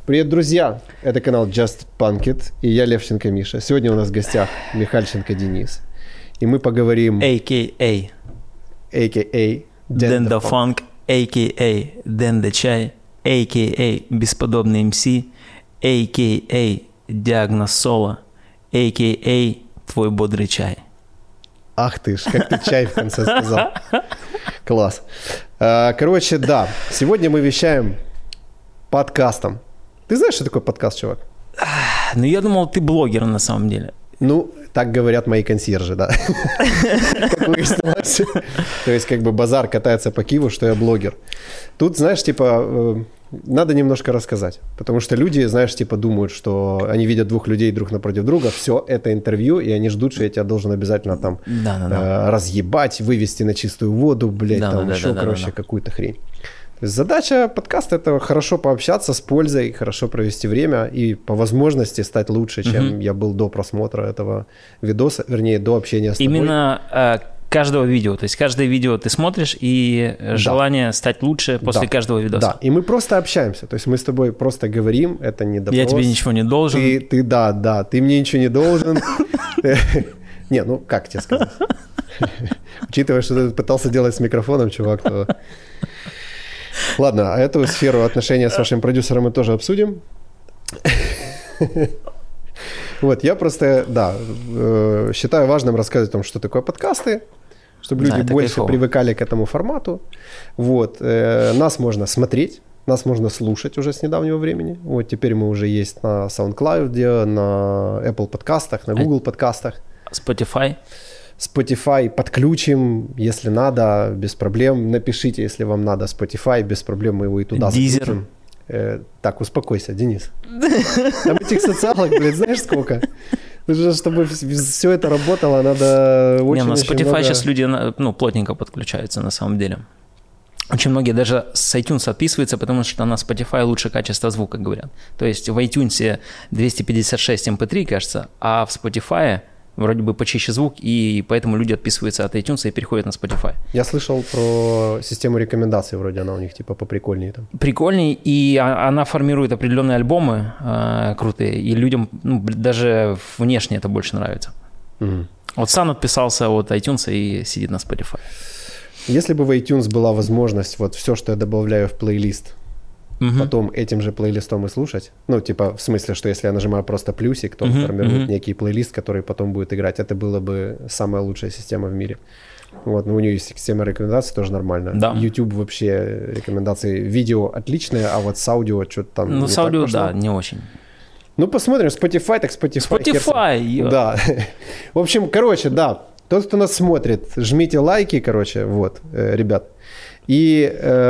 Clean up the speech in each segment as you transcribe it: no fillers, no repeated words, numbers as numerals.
Привет, друзья! Это канал Just Punk It, и я Левченко Миша. Сегодня у нас в гостях Михальченко Денис. И мы поговорим... A.K.A. Дэн the Funk, A.K.A. Дэн the Чай, A.K.A. Бесподобный МС, A.K.A. Диагноз Соло, A.K.A. Твой бодрый чай. Ах ты ж, как ты чай в конце сказал. Класс. Короче, да, сегодня мы вещаем подкастом. Ты знаешь, что такое подкаст, чувак? Ну, я думал, ты блогер на самом деле. Ну, так говорят мои консьержи, да. Как выяснилось. То есть, как бы базар катается по Киеву, что я блогер. Тут, знаешь, типа, надо немножко рассказать. Потому что люди, знаешь, типа, думают, что они видят двух людей друг напротив друга, все это интервью, и они ждут, что я тебя должен обязательно там разъебать, вывести на чистую воду, блядь, там еще, короче, какую-то хрень. Задача подкаста – это хорошо пообщаться с пользой, хорошо провести время и по возможности стать лучше, чем я был до просмотра этого видоса, вернее, до общения с тобой. Именно каждого видео, то есть каждое видео ты смотришь, и желание стать лучше после каждого видоса. Да, и мы просто общаемся, то есть мы с тобой просто говорим, это не допрос. Я тебе ничего не должен. Ты мне ничего не должен. Не, ну как тебе сказать? Учитывая, что ты пытался делать с микрофоном, чувак, то... Ладно, а эту сферу отношения с вашим продюсером мы тоже обсудим. Вот, я просто, считаю важным рассказывать о том, что такое подкасты, чтобы люди больше привыкали к этому формату. Вот, нас можно смотреть, нас можно слушать уже с недавнего времени. Вот, теперь мы уже есть на SoundCloud, на Apple подкастах, на Google подкастах. Spotify подключим, если надо, без проблем. Напишите, если вам надо Spotify, без проблем мы его и туда закрутим. Так, успокойся, Денис. Там этих социалок, блядь, знаешь сколько? Чтобы все это работало, надо очень на Spotify много... сейчас люди плотненько подключаются на самом деле. Очень многие даже с iTunes отписываются, потому что на Spotify лучше качество звука, говорят. То есть в iTunes 256 MP3, кажется, а в Spotify... Вроде бы почище звук, и поэтому люди отписываются от iTunes и переходят на Spotify. Я слышал про систему рекомендаций, вроде она у них типа поприкольнее там. Прикольнее, и она формирует определенные альбомы крутые, и людям даже внешне это больше нравится. Угу. Вот Сан отписался от iTunes и сидит на Spotify. Если бы в iTunes была возможность вот все, что я добавляю в плейлист, потом этим же плейлистом и слушать. Ну, типа, в смысле, что если я нажимаю просто плюсик, то он формирует некий плейлист, который потом будет играть. Это было бы самая лучшая система в мире. Вот, но у нее есть система рекомендаций, тоже нормально. Да. YouTube вообще рекомендации. Видео отличные, а вот с аудио что-то там не с аудио, да, не очень. Ну, посмотрим. Spotify, так Spotify. Spotify! Да. В общем, короче, да. Тот, кто нас смотрит, жмите лайки, короче, вот, ребят. И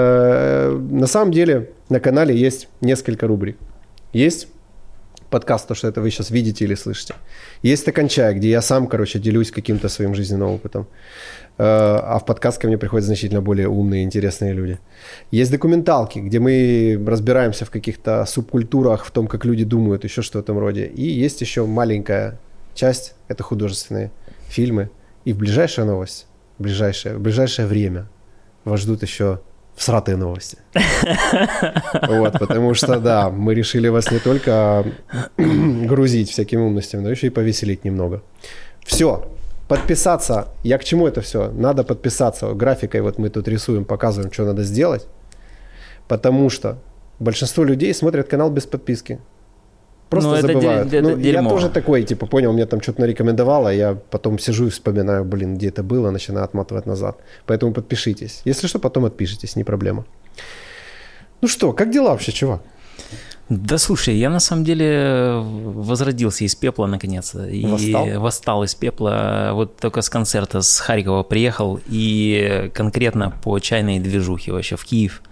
на самом деле на канале есть несколько рубрик. Есть подкаст, то, что это вы сейчас видите или слышите. Есть «Стакан чая», где я сам, короче, делюсь каким-то своим жизненным опытом. А в подкаст ко мне приходят значительно более умные, интересные люди. Есть документалки, где мы разбираемся в каких-то субкультурах, в том, как люди думают, еще что в этом роде. И есть еще маленькая часть, это художественные фильмы. И в ближайшую новость, в ближайшее время вас ждут еще всратые новости. Вот, потому что, да, мы решили вас не только грузить всякими умностями, но еще и повеселить немного. Все, подписаться. Я к чему это все? Надо подписаться. Графикой вот мы тут рисуем, показываем, что надо сделать. Потому что большинство людей смотрят канал без подписки. Просто забывают. Я тоже такой, типа, понял, мне там что-то нарекомендовало, я потом сижу и вспоминаю, где это было, начинаю отматывать назад. Поэтому подпишитесь. Если что, потом отпишитесь, не проблема. Ну что, как дела вообще, чувак? Да слушай, я на самом деле возродился из пепла наконец-то. И восстал из пепла. Вот только с концерта с Харькова приехал, и конкретно по чайной движухе вообще в Киев.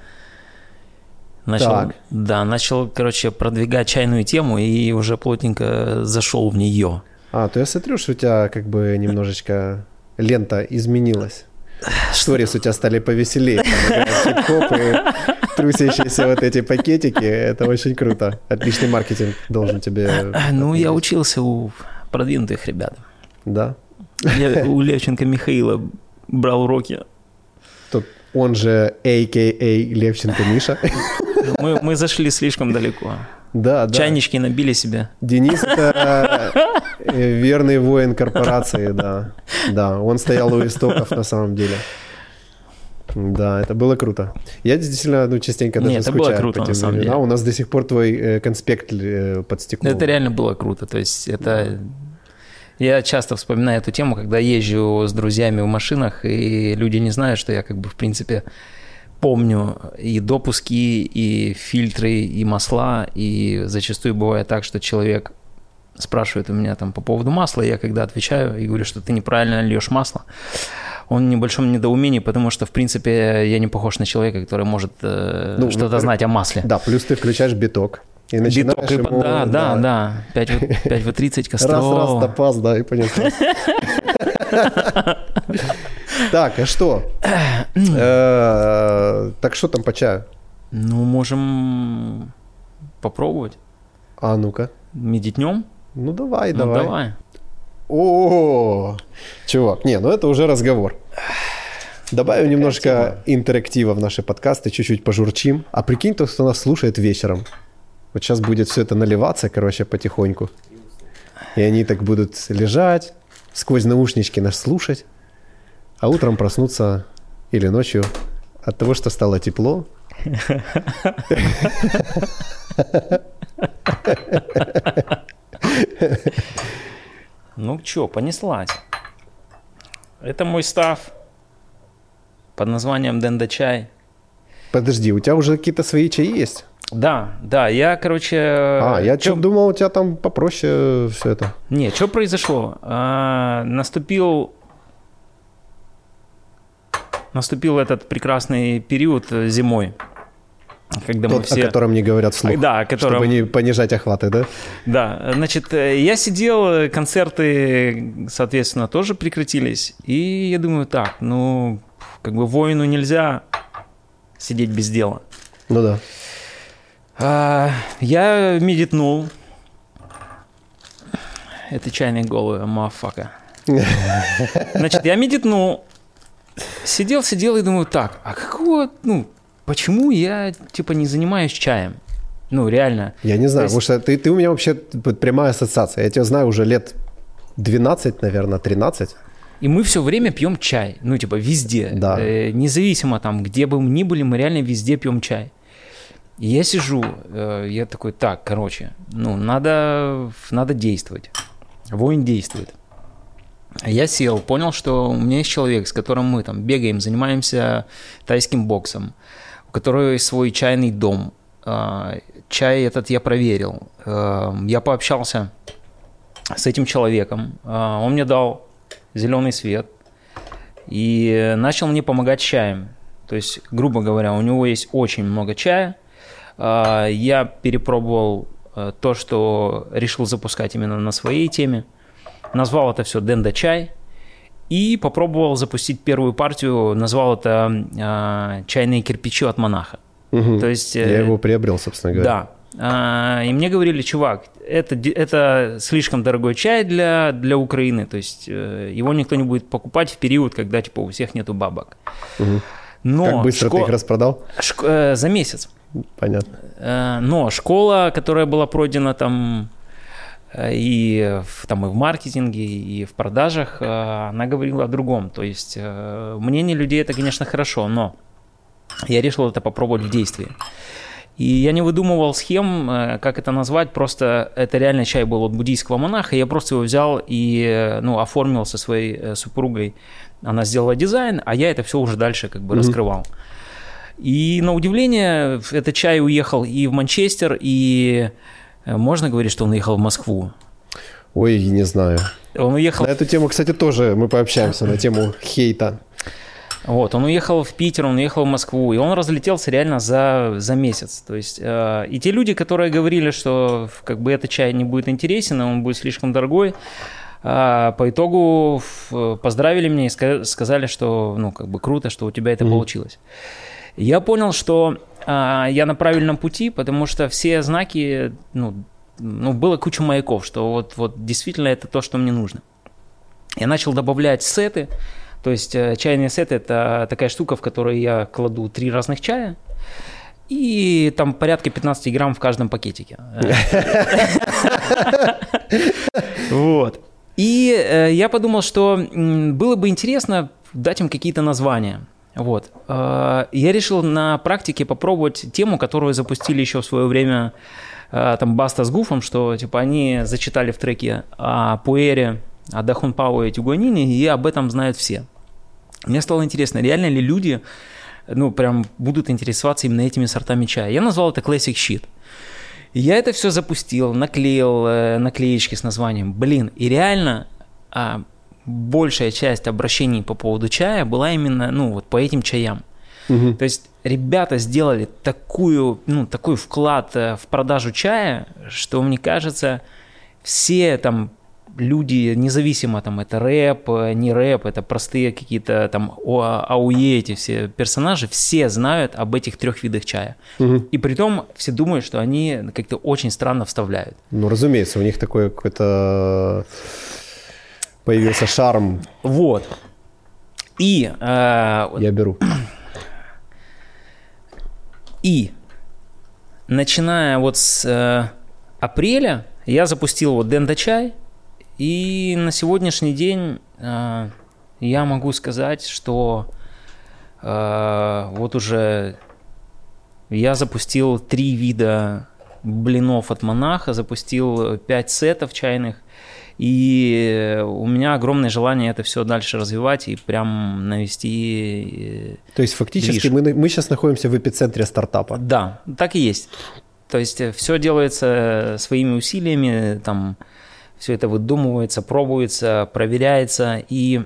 Начал, короче, продвигать чайную тему и уже плотненько зашел в нее. То я смотрю, что у тебя как бы немножечко лента изменилась. Сторис у тебя стали повеселее. Хип-хоп и трусящиеся вот эти пакетики. Это очень круто. Отличный маркетинг должен тебе... я учился у продвинутых ребят. Да? Я у Левченко Михаила брал уроки. Он же A.K.A. Левченко Миша. Мы зашли слишком далеко. Да, да. Чайнички набили себе. Денис – это верный воин корпорации, да. Да, он стоял у истоков на самом деле. Да, это было круто. Я действительно частенько даже скучаю круто, по тем временам. У нас до сих пор твой конспект под стеклом. Это реально было круто. То есть это... Я часто вспоминаю эту тему, когда езжу с друзьями в машинах, и люди не знают, что я как бы в принципе помню и допуски, и фильтры, и масла, и зачастую бывает так, что человек спрашивает у меня там по поводу масла, и я когда отвечаю и говорю, что ты неправильно льешь масло, он в небольшом недоумении, потому что, в принципе, я не похож на человека, который может что-то знать о масле. Да, плюс ты включаешь биток. И начинаешь биток, ему... Да. 5В30 Костров. Раз, топаз, да, и понятно. Так, а что? Так что там по чаю? Ну, можем попробовать. А ну-ка. Медитнем? Ну, давай. Давай. О, чувак, ну это уже разговор. Добавим немножко интерактива в наши подкасты, чуть-чуть пожурчим. А прикинь, кто нас слушает вечером. Вот сейчас будет все это наливаться, потихоньку. И они так будут лежать, сквозь наушнички нас слушать, а утром проснуться или ночью от того, что стало тепло. Ну что, понеслась. Это мой став под названием Дэнда чай. Подожди, у тебя уже какие-то свои чаи есть? Да, я, короче... я думал, у тебя там попроще все это. Не, что произошло? Наступил этот прекрасный период зимой, когда мы все... О котором не говорят вслух, да, чтобы не понижать охваты, да? Да, значит, я сидел, концерты, соответственно, тоже прекратились, и я думаю, так, воину нельзя сидеть без дела. Ну да. Я медитнул. Это чайный голый, мафака. Значит, я медитнул. Сидел и думаю, так, а почему я, не занимаюсь чаем? Реально. Я не знаю, потому что ты у меня вообще прямая ассоциация. Я тебя знаю уже лет 12, наверное, 13. И мы все время пьем чай, везде. Да. Независимо там, где бы мы ни были, мы реально везде пьем чай. И я сижу, я такой, так, надо действовать. Воин действует. Я сел, понял, что у меня есть человек, с которым мы там бегаем, занимаемся тайским боксом, у которого есть свой чайный дом. Чай этот я проверил. Я пообщался с этим человеком. Он мне дал зеленый свет и начал мне помогать с чаем. То есть, грубо говоря, у него есть очень много чая. Я перепробовал то, что решил запускать именно на своей теме. Назвал это все Дэнда чай. И попробовал запустить первую партию. Назвал это чайные кирпичи от монаха. Угу. То есть, я его приобрел, собственно говоря. Да. И мне говорили, чувак, это слишком дорогой чай для Украины. То есть его никто не будет покупать в период, когда у всех нету бабок. Угу. Но как быстро ты их распродал? За месяц. Понятно. Но школа, которая была пройдена там и в маркетинге, и в продажах, она говорила о другом. То есть мнение людей – это, конечно, хорошо, но я решил это попробовать в действии. И я не выдумывал схем, как это назвать, просто это реально чай был от буддийского монаха, я просто его взял и оформил со своей супругой. Она сделала дизайн, а я это все уже дальше раскрывал. И на удивление, этот чай уехал и в Манчестер, и можно говорить, что он уехал в Москву? Ой, не знаю. Он уехал... На эту тему, кстати, тоже мы пообщаемся, на тему хейта. Он уехал в Питер, он уехал в Москву, и он разлетелся реально за месяц. То есть, и те люди, которые говорили, что этот чай не будет интересен, он будет слишком дорогой, по итогу поздравили меня и сказали, что круто, что у тебя это получилось. Я понял, что я на правильном пути, потому что все знаки, было куча маяков, что вот действительно это то, что мне нужно. Я начал добавлять сеты, то есть чайные сеты – это такая штука, в которой я кладу 3 разных чая, и там порядка 15 грамм в каждом пакетике. Вот. И я подумал, что было бы интересно дать им какие-то названия. Вот. Я решил на практике попробовать тему, которую запустили еще в свое время там Баста с Гуфом, что типа они зачитали в треке о Пуэре, о Дахун Пау и Тюгуанине, и об этом знают все. Мне стало интересно, реально ли люди, ну, прям будут интересоваться именно этими сортами чая. Я назвал это Classic Shit. Я это все запустил, наклеил наклеечки с названием. Блин, и реально большая часть обращений по поводу чая была именно, ну, вот по этим чаям. Угу. То есть ребята сделали такой вклад в продажу чая, что, мне кажется, все там люди, независимо, там, это рэп, не рэп, это простые какие-то там АУЕ, эти все персонажи, все знают об этих 3 видах чая. Угу. И притом все думают, что они как-то очень странно вставляют. Ну, разумеется, у них такой какой-то появился шарм. Вот. И... Я беру. И начиная вот с апреля я запустил вот Дента чай, и на сегодняшний день я могу сказать, что вот уже я запустил 3 вида блинов от Монаха, запустил 5 сетов чайных, и у меня огромное желание это все дальше развивать и прям навести. То есть фактически мы сейчас находимся в эпицентре стартапа. Да, так и есть. То есть все делается своими усилиями, там все это выдумывается, пробуется, проверяется, и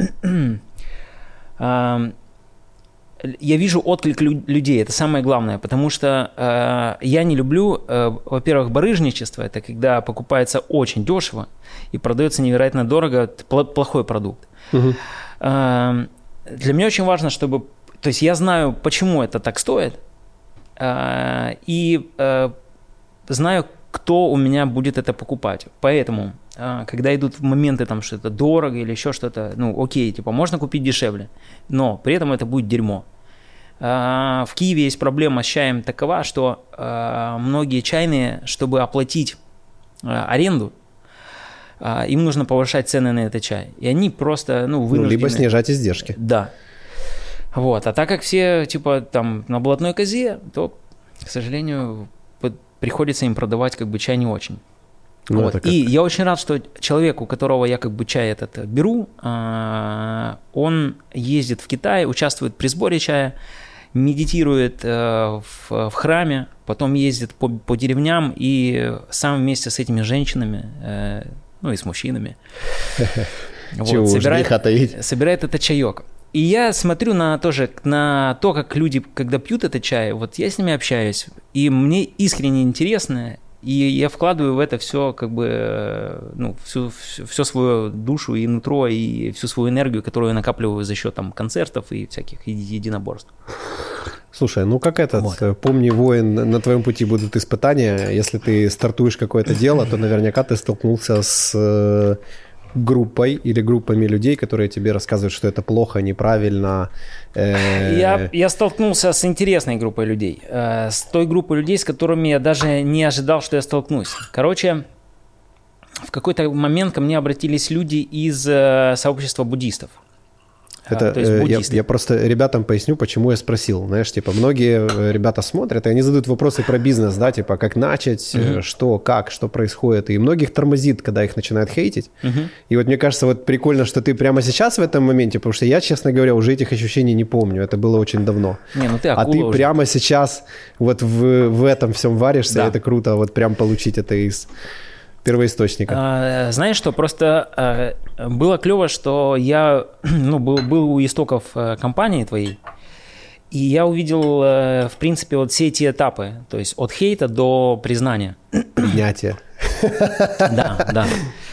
я вижу отклик людей, это самое главное, потому что я не люблю, во-первых, барыжничество, это когда покупается очень дешево и продается невероятно дорого плохой продукт. Угу. Для меня очень важно, чтобы... То есть я знаю, почему это так стоит, и знаю, кто у меня будет это покупать. Поэтому, когда идут моменты, там, что это дорого или еще что-то, ну, окей, типа, можно купить дешевле, но при этом это будет дерьмо. В Киеве есть проблема с чаем такова, что многие чайные, чтобы оплатить аренду, им нужно повышать цены на этот чай. И они просто, вынуждены... либо снижать издержки. Да. Вот. А так как все, типа, там, на блатной козе, то, к сожалению, приходится им продавать как бы чай не очень. Ну, вот. И я очень рад, что человек, у которого я как бы чай этот беру, он ездит в Китай, участвует при сборе чая, медитирует в храме, потом ездит по деревням и сам вместе с этими женщинами, и с мужчинами, собирает этот чаек. И я смотрю на то, как люди, когда пьют этот чай, вот я с ними общаюсь, и мне искренне интересно, и я вкладываю в это все, как бы, всю свою душу и нутро, и всю свою энергию, которую я накапливаю за счет там концертов и всяких единоборств. Слушай, помни, воин, на твоем пути будут испытания. Если ты стартуешь какое-то дело, то наверняка ты столкнулся с группой или группами людей, которые тебе рассказывают, что это плохо, неправильно. Я столкнулся с интересной группой людей. С той группой людей, с которыми я даже не ожидал, что я столкнусь. Короче, в какой-то момент ко мне обратились люди из сообщества буддистов. Я просто ребятам поясню, почему я спросил. Знаешь, типа, многие ребята смотрят, и они задают вопросы про бизнес, да, типа, как начать, что, как, что происходит. И многих тормозит, когда их начинают хейтить. И вот мне кажется, вот прикольно, что ты прямо сейчас в этом моменте, потому что я, честно говоря, уже этих ощущений не помню. Это было очень давно. Ты уже прямо сейчас вот в этом всем варишься, да. Это круто, вот прям получить это из... первоисточника. Знаешь что, просто было клево, что я был у истоков компании твоей, и я увидел, в принципе, вот все эти этапы, то есть от хейта до признания. Принятия. Да.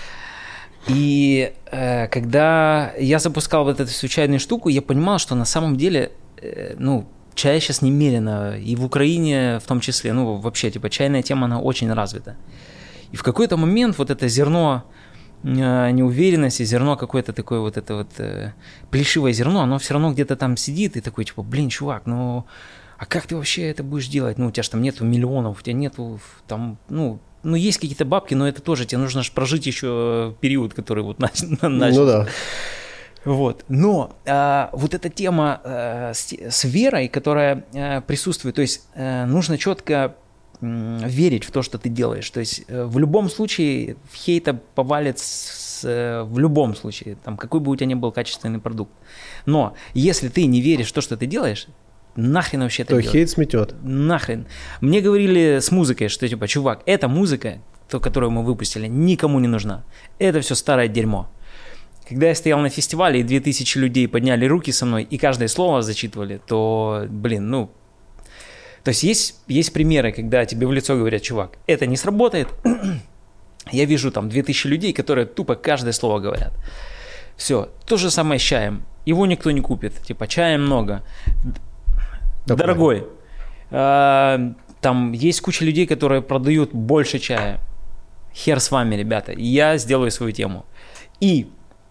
И когда я запускал вот эту случайную штуку, я понимал, что на самом деле, чая сейчас немерено, и в Украине в том числе, вообще, типа, чайная тема, она очень развита. И в какой-то момент вот это зерно неуверенности, зерно какое-то такое плешивое зерно, оно все равно где-то там сидит и такой, типа, блин, чувак, а как ты вообще это будешь делать? Ну, у тебя же там нету миллионов, у тебя нету там, ну, есть какие-то бабки, но это тоже, тебе нужно же прожить еще период, который вот начался. Ну да. Вот. Но вот эта тема с верой, которая присутствует, то есть нужно четко верить в то, что ты делаешь. То есть в любом случае хейта повалит в любом случае, там, какой бы у тебя ни был качественный продукт. Но если ты не веришь в то, что ты делаешь, нахрен вообще это делать? То хейт сметет. Нахрен. Мне говорили с музыкой, что типа, чувак, эта музыка, которую мы выпустили, никому не нужна. Это все старое дерьмо. Когда я стоял на фестивале, и 2000 людей подняли руки со мной, и каждое слово зачитывали, то, блин, То есть есть примеры, когда тебе в лицо говорят, чувак, это не сработает. Я вижу там 2000 людей, которые тупо каждое слово говорят. Все. То же самое с чаем. Его никто не купит. Типа, чая много. Да, дорогой. Там есть куча людей, которые продают больше чая. Хер с вами, ребята. Я сделаю свою тему. И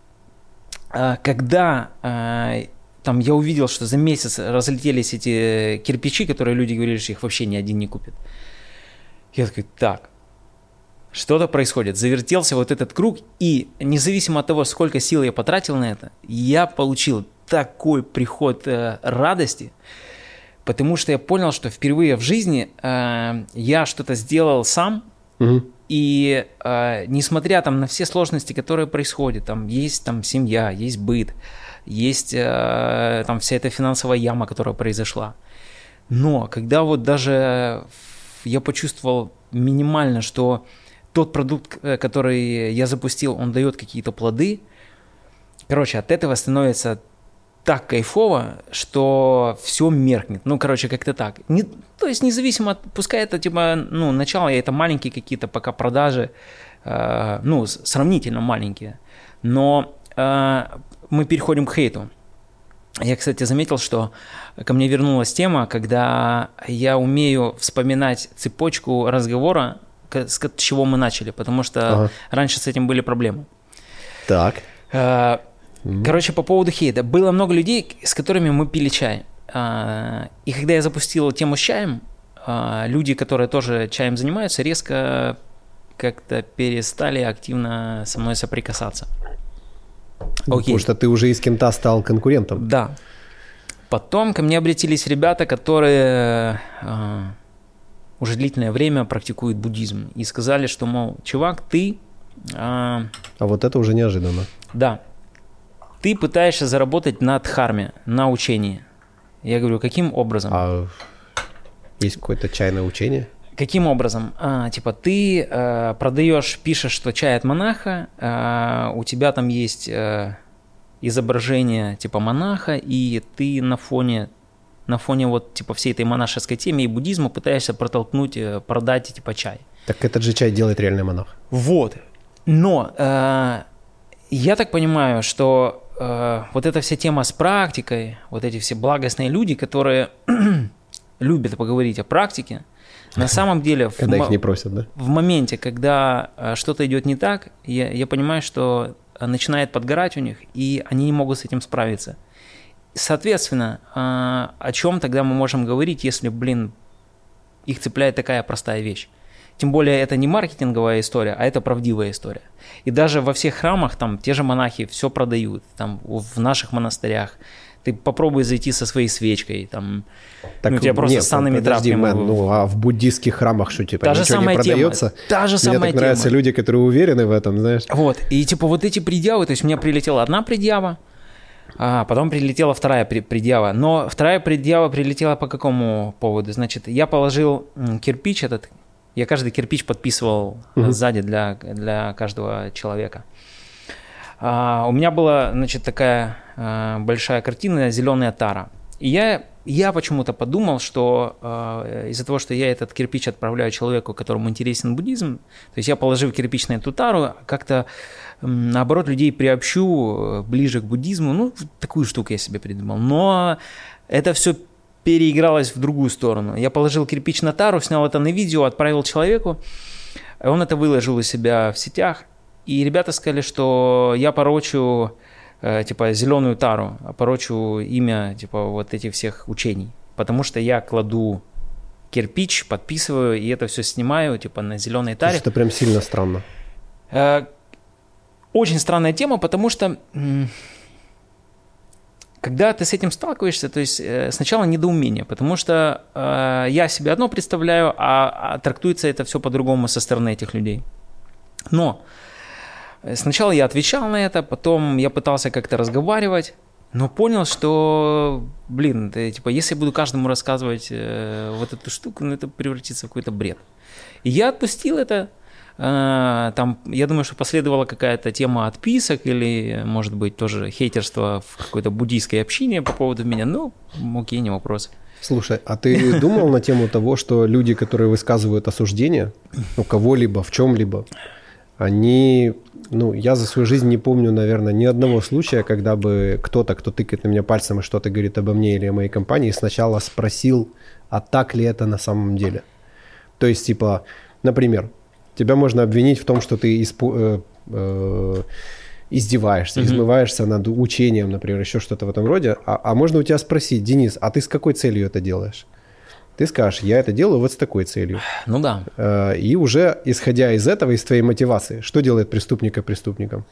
когда там я увидел, что за месяц разлетелись эти кирпичи, которые люди говорили, что их вообще ни один не купит. Я такой, так, что-то происходит. Завертелся вот этот круг, и независимо от того, сколько сил я потратил на это, я получил такой приход радости, потому что я понял, что впервые в жизни я что-то сделал сам, и несмотря там на все сложности, которые происходят, там есть там семья, есть быт, есть там вся эта финансовая яма, которая произошла. Но когда вот даже я почувствовал минимально, что тот продукт, который я запустил, он дает какие-то плоды, короче, от этого становится так кайфово, что все меркнет. Ну, короче, как-то так. То есть независимо от, пускай это типа, начало, и это маленькие какие-то пока продажи, сравнительно маленькие, но мы переходим к хейту. Я, кстати, заметил, что ко мне вернулась тема, когда я умею вспоминать цепочку разговора, с чего мы начали, потому что раньше с этим были проблемы. Так. Короче, по поводу хейта. Было много людей, с которыми мы пили чай. И когда я запустил тему с чаем, люди, которые тоже чаем занимаются, резко как-то перестали активно со мной соприкасаться. Потому что ты уже из кента стал конкурентом. Да. Потом ко мне обратились ребята, которые уже длительное время практикуют буддизм. И сказали, что, мол, чувак, ты... А вот это уже неожиданно. Да. Ты пытаешься заработать на дхарме, на учении. Я говорю, каким образом? А есть какое-то чайное учение? Каким образом? Ты продаешь, пишешь, что чай от монаха, у тебя там есть изображение типа монаха, и ты на фоне вот типа всей этой монашеской темы и буддизма пытаешься протолкнуть, продать типа чай. Так этот же чай делает реальный монах. Вот. Но я так понимаю, что вот эта вся тема с практикой, вот эти все благостные люди, которые любят поговорить о практике, на самом деле, когда их не просят, да? В моменте, когда что-то идет не так, я понимаю, что начинает подгорать у них, и они не могут с этим справиться. Соответственно, о чем тогда мы можем говорить, если, их цепляет такая простая вещь? Тем более, это не маркетинговая история, а это правдивая история. И даже во всех храмах там те же монахи все продают, там в наших монастырях. Ты попробуй зайти со своей свечкой, там, так, у тебя просто с санными тряпками. А в буддийских храмах что, типа, та же ничего самая не продается? Тема. Та же самая Мне так тема. нравятся люди, которые уверены в этом, знаешь. Вот, и типа вот эти предъявы, то есть у меня прилетела одна предъява, а потом прилетела вторая предъява. Но вторая предъява прилетела по какому поводу? Значит, я положил кирпич этот, я каждый кирпич подписывал сзади для каждого человека. У меня была, значит, такая большая картина «Зеленая тара». И я почему-то подумал, что из-за того, что я этот кирпич отправляю человеку, которому интересен буддизм, то есть я, положив кирпич на эту тару, как-то, наоборот, людей приобщу ближе к буддизму. Такую штуку я себе придумал. Но это все переигралось в другую сторону. Я положил кирпич на тару, снял это на видео, отправил человеку, и он это выложил у себя в сетях. И ребята сказали, что я порочу, зеленую тару, порочу имя, вот этих всех учений. потому что я кладу кирпич, подписываю, и это все снимаю, типа, на зеленой таре. Это прям сильно странно. Очень странная тема, потому что когда ты с этим сталкиваешься, то есть сначала недоумение, потому что я себе одно представляю, а трактуется это все по-другому со стороны этих людей. Но сначала я отвечал на это, потом я пытался как-то разговаривать, но понял, что, типа, если я буду каждому рассказывать вот эту штуку, это превратится в какой-то бред. И я отпустил это. Там, я думаю, что последовала какая-то тема отписок или, может быть, тоже хейтерство в какой-то буддийской общине по поводу меня. Ну, окей, не вопрос. Слушай, а ты думал на тему того, что люди, которые высказывают осуждение, кого-либо, в чем-либо, они, я за свою жизнь не помню, наверное, ни одного случая, когда бы кто-то, кто тыкает на меня пальцем и что-то говорит обо мне или о моей компании, сначала спросил, а так ли это на самом деле. То есть, типа, например, тебя можно обвинить в том, что ты издеваешься, измываешься над учением, например, еще что-то в этом роде. А можно у тебя спросить: Денис, а ты с какой целью это делаешь? Ты скажешь: я это делаю вот с такой целью. Ну да. И уже исходя из этого, из твоей мотивации, что делает преступника преступником?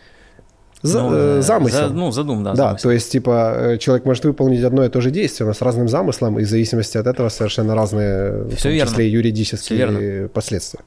Замысел. Задум, да. Да, замысел. то есть, типа, человек может выполнить одно и то же действие, но с разным замыслом, и в зависимости от этого совершенно разные, в том числе юридические последствия.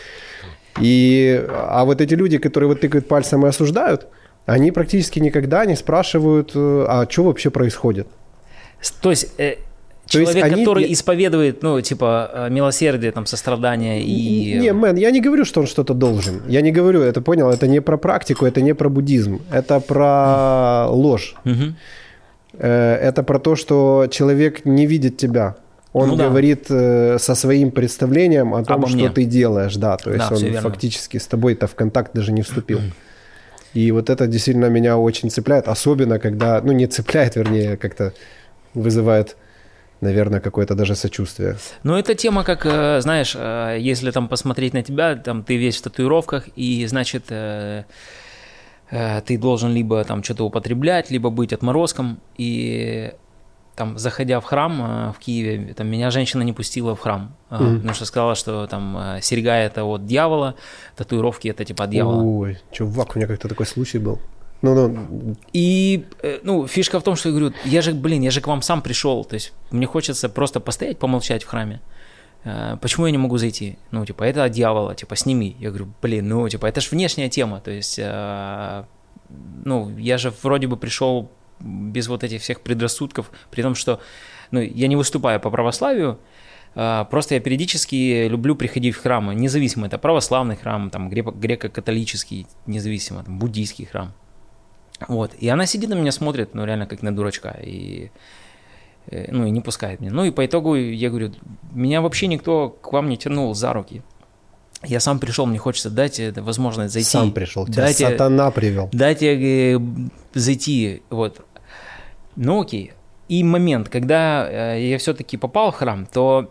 А вот эти люди, которые вот тыкают пальцем и осуждают, они практически никогда не спрашивают, а что вообще происходит. То есть человек, который исповедует, милосердие, там, сострадание и... Не, я не говорю, что он что-то должен. Я не говорю, это понял, это не про практику, это не про буддизм, это про ложь. Это про то, что человек не видит тебя. Он говорит со своим представлением о том, что ты делаешь, да, то есть он фактически с тобой-то в контакт даже не вступил. И вот это действительно меня очень цепляет, особенно когда, не цепляет, вернее, как-то вызывает, наверное, какое-то даже сочувствие. Ну, эта тема, как, знаешь, если там посмотреть на тебя, там ты весь в татуировках, и, значит, ты должен либо там что-то употреблять, либо быть отморозком, и... Там, заходя в храм в Киеве, там, меня женщина не пустила в храм, потому что сказала, что там серьга это от дьявола, татуировки это типа от дьявола. Ой, чувак, у меня как-то такой случай был. И, фишка в том, что я говорю, я же к вам сам пришел, то есть мне хочется просто постоять, помолчать в храме. Почему я не могу зайти? Это от дьявола, сними. Я говорю, это же внешняя тема, то есть, я же вроде бы пришел без вот этих всех предрассудков, при том, что я не выступаю по православию, просто я периодически люблю приходить в храмы, независимо, это православный храм, там, греко-католический, независимо, там, буддийский храм. Вот, и она сидит на меня, смотрит, реально как на дурачка, и не пускает меня. И по итогу я говорю, меня вообще никто к вам не тянул за руки. Я сам пришел, мне хочется дать возможность зайти. Сам пришел, тебя сатана привел. Дайте зайти, вот. Окей. И момент, когда я все-таки попал в храм, то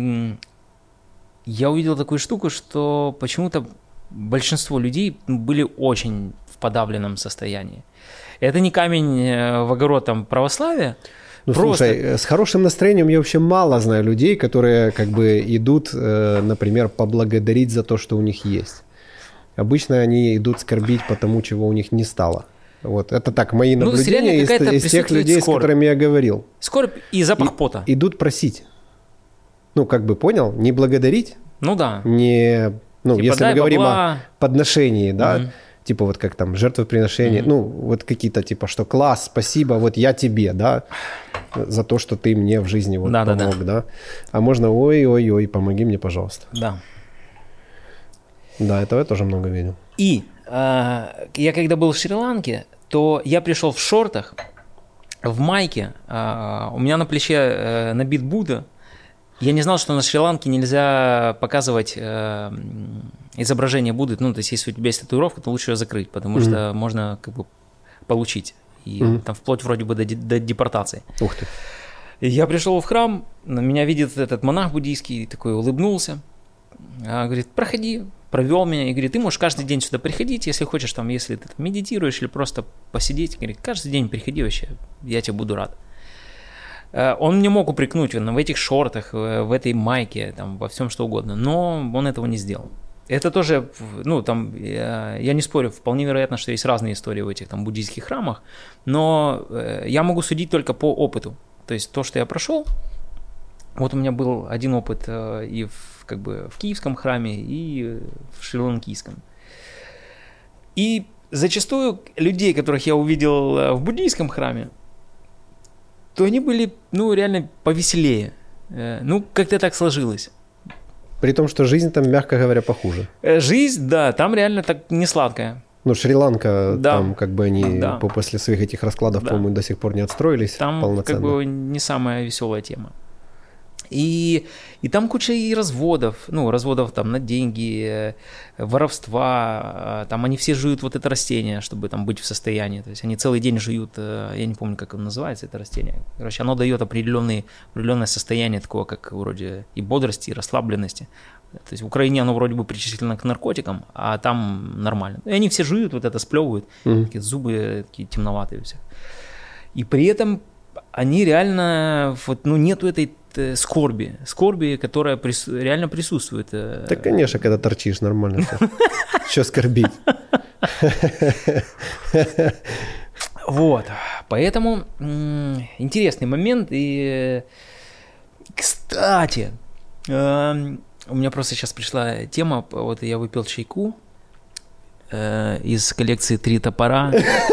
я увидел такую штуку, что почему-то большинство людей были очень в подавленном состоянии. Это не камень в огород там православия. Слушай, с хорошим настроением я вообще мало знаю людей, которые как бы идут, например, поблагодарить за то, что у них есть. Обычно они идут скорбить по тому, чего у них не стало. Вот, это так, мои наблюдения из тех людей, с которыми я говорил. Скорбь и запах пота. Идут просить. Понял? Не благодарить. Да. Не, если мы говорим о подношении, да, типа вот как там жертвоприношение, вот какие-то типа, что класс, спасибо, вот я тебе, да, за то, что ты мне в жизни помог, да. А можно ой-ой-ой, помоги мне, пожалуйста. Да. Да, этого я тоже много видел. И я когда был в Шри-Ланке, то я пришел в шортах, в майке, у меня на плече набит Будда. Я не знал, что на Шри-Ланке нельзя показывать изображение Будды. То есть, если у тебя есть татуировка, то лучше ее закрыть, потому что можно как бы получить. И там вплоть вроде бы до депортации. Ух ты. И я пришел в храм, меня видит этот монах буддийский, такой улыбнулся. Говорит, проходи, провел меня и говорит, ты можешь каждый день сюда приходить, если хочешь, там, если ты там медитируешь или просто посидеть. Говорит, каждый день приходи вообще, я тебе буду рад. Он мне мог упрекнуть в этих шортах, в этой майке, там, во всем что угодно, но он этого не сделал. Это тоже, ну, там, я не спорю, вполне вероятно, что есть разные истории в этих там буддийских храмах, но я могу судить только по опыту. То есть то, что я прошел, вот у меня был один опыт и как бы в киевском храме, и в шри-ланкийском. И зачастую людей, которых я увидел в буддийском храме, то они были, ну, реально повеселее. Ну, как-то так сложилось. При том, что жизнь там, мягко говоря, похуже. Жизнь, да, там реально так не сладкая. Ну, Шри-Ланка, Да. там как бы они Да. после своих этих раскладов, Да. по-моему, до сих пор не отстроились Там полноценно. как бы не самая веселая тема. И там куча и разводов, ну, разводов там на деньги, воровства, там они все жуют вот это растение, чтобы там быть в состоянии, то есть они целый день жуют, я не помню, как оно называется, это растение, короче, оно дает определенное состояние такого, как вроде и бодрости, и расслабленности, то есть в Украине оно вроде бы причислено к наркотикам, а там нормально, и они все жуют, вот это сплевывают, такие зубы такие темноватые у всех, и при этом они реально, вот, ну, нету этой скорби, которая реально присутствует. Да, конечно, когда торчишь, нормально. Что скорбить? Вот, поэтому интересный момент. И, кстати, у меня просто сейчас пришла тема, вот я выпил чайку из коллекции «Три топора».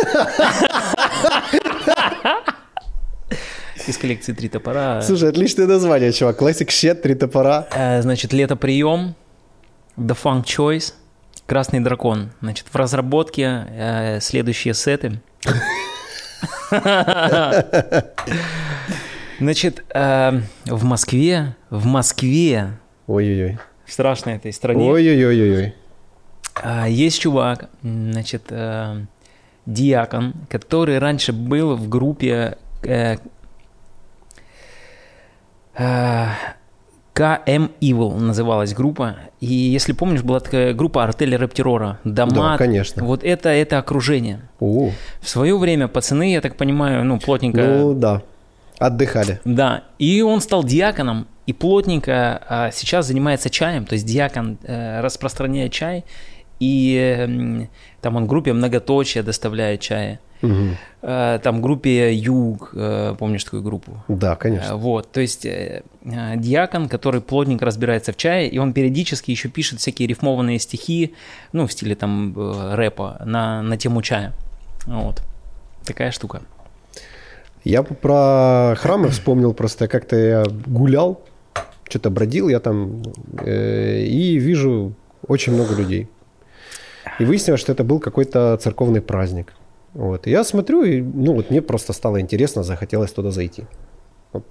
Из коллекции «Три топора». Слушай, отличное название, чувак. Classic Shit, «Три топора». Значит, «Лето-прием», «The Funk Choice», «Красный дракон». Значит, в разработке следующие сеты. Значит, в Москве, Ой-ой-ой. в страшной этой стране, Ой-ой-ой-ой. есть чувак, значит, диакон, который раньше был в группе KM Evil называлась группа. И если помнишь, была такая группа «Артель Рэп-террора». Дамат. Да, конечно. Вот это окружение. У. В свое время пацаны, я так понимаю, ну, плотненько... Ну, да. Отдыхали. Да. И он стал диаконом, и плотненько сейчас занимается чаем. То есть диакон распространяет чай, и там он группе «Многоточие» доставляет чай. Угу. Там группе «Юг», помнишь такую группу? Да, конечно. Вот, то есть диакон, который плотненько разбирается в чае, и он периодически еще пишет всякие рифмованные стихи, ну, в стиле там рэпа на тему чая. Вот, такая штука. Я про храмы вспомнил просто, как-то я гулял, что-то бродил я там, и вижу очень много людей. И выяснилось, что это был какой-то церковный праздник. Вот. И я смотрю, и ну, вот мне просто стало интересно, захотелось туда зайти. Вот.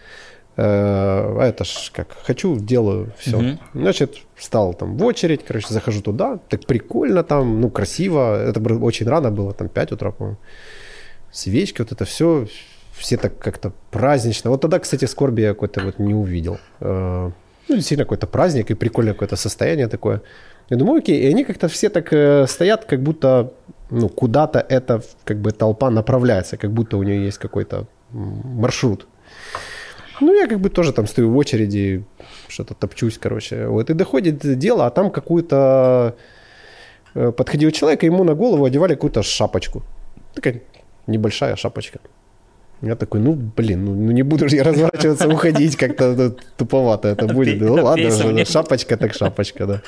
А это ж как, хочу, делаю, все. Мгм. Значит, встал там в очередь, короче, захожу туда, так прикольно там, ну, красиво. Это очень рано было, там 5 утра, по-моему. Свечки, вот это все так как-то празднично. Вот тогда, кстати, скорби я какой-то вот не увидел. Ну, действительно, какой-то праздник и прикольное какое-то состояние такое. Я думаю, окей, и они как-то все так стоят, как будто, ну, куда-то эта как бы толпа направляется, как будто у нее есть какой-то маршрут. Ну, я как бы тоже там стою в очереди, что-то топчусь, короче. Вот, и доходит дело, а там какую-то подходил человек, и ему на голову одевали какую-то шапочку. Такая небольшая шапочка. Я такой, ну, блин, ну не буду же я разворачиваться, уходить, как-то туповато это будет. Ну, ладно уже, шапочка так шапочка, да.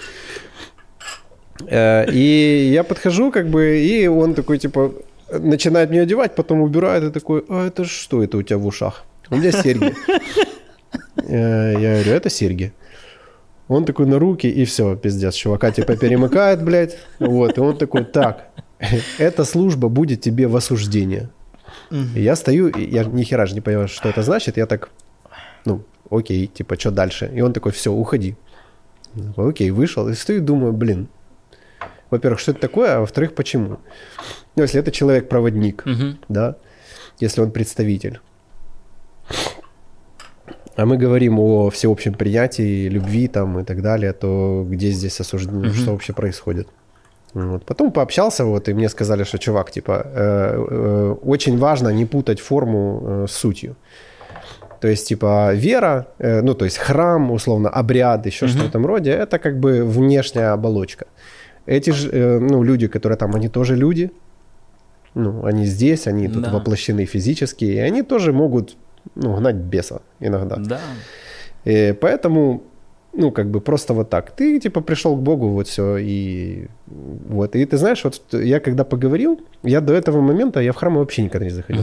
И я подхожу, как бы, и он такой, типа, начинает мне одевать, потом убирает, и такой, а это что это у тебя в ушах? У меня серьги. Я говорю, это серьги. Он такой на руки, и все, пиздец, чувака типа перемыкает, блядь. Вот, и он такой, так, эта служба будет тебе в осуждение. И я стою, и я ни хера же не понимаю, что это значит. Я так, ну, окей, типа, что дальше? И он такой, все, уходи. Окей, вышел, и стою, думаю, блин. Во-первых, что это такое, а во-вторых, почему? Ну, если это человек-проводник, да, если он представитель. А мы говорим о всеобщем принятии, любви там и так далее, то где здесь осуждение, что вообще происходит? Вот. Потом пообщался, вот, и мне сказали, что, чувак, типа, очень важно не путать форму с сутью. То есть, типа, вера, ну, то есть храм, условно, обряд, еще что-то в этом роде, это как бы внешняя оболочка. Эти же, ну, люди, которые там, они тоже люди, ну, они здесь, они тут воплощены физически, и они тоже могут, ну, гнать беса иногда. Да. И поэтому, ну, как бы просто вот так. Ты, типа, пришел к Богу, вот все, и вот. И ты знаешь, вот я когда поговорил, я до этого момента, я в храм вообще никогда не заходил.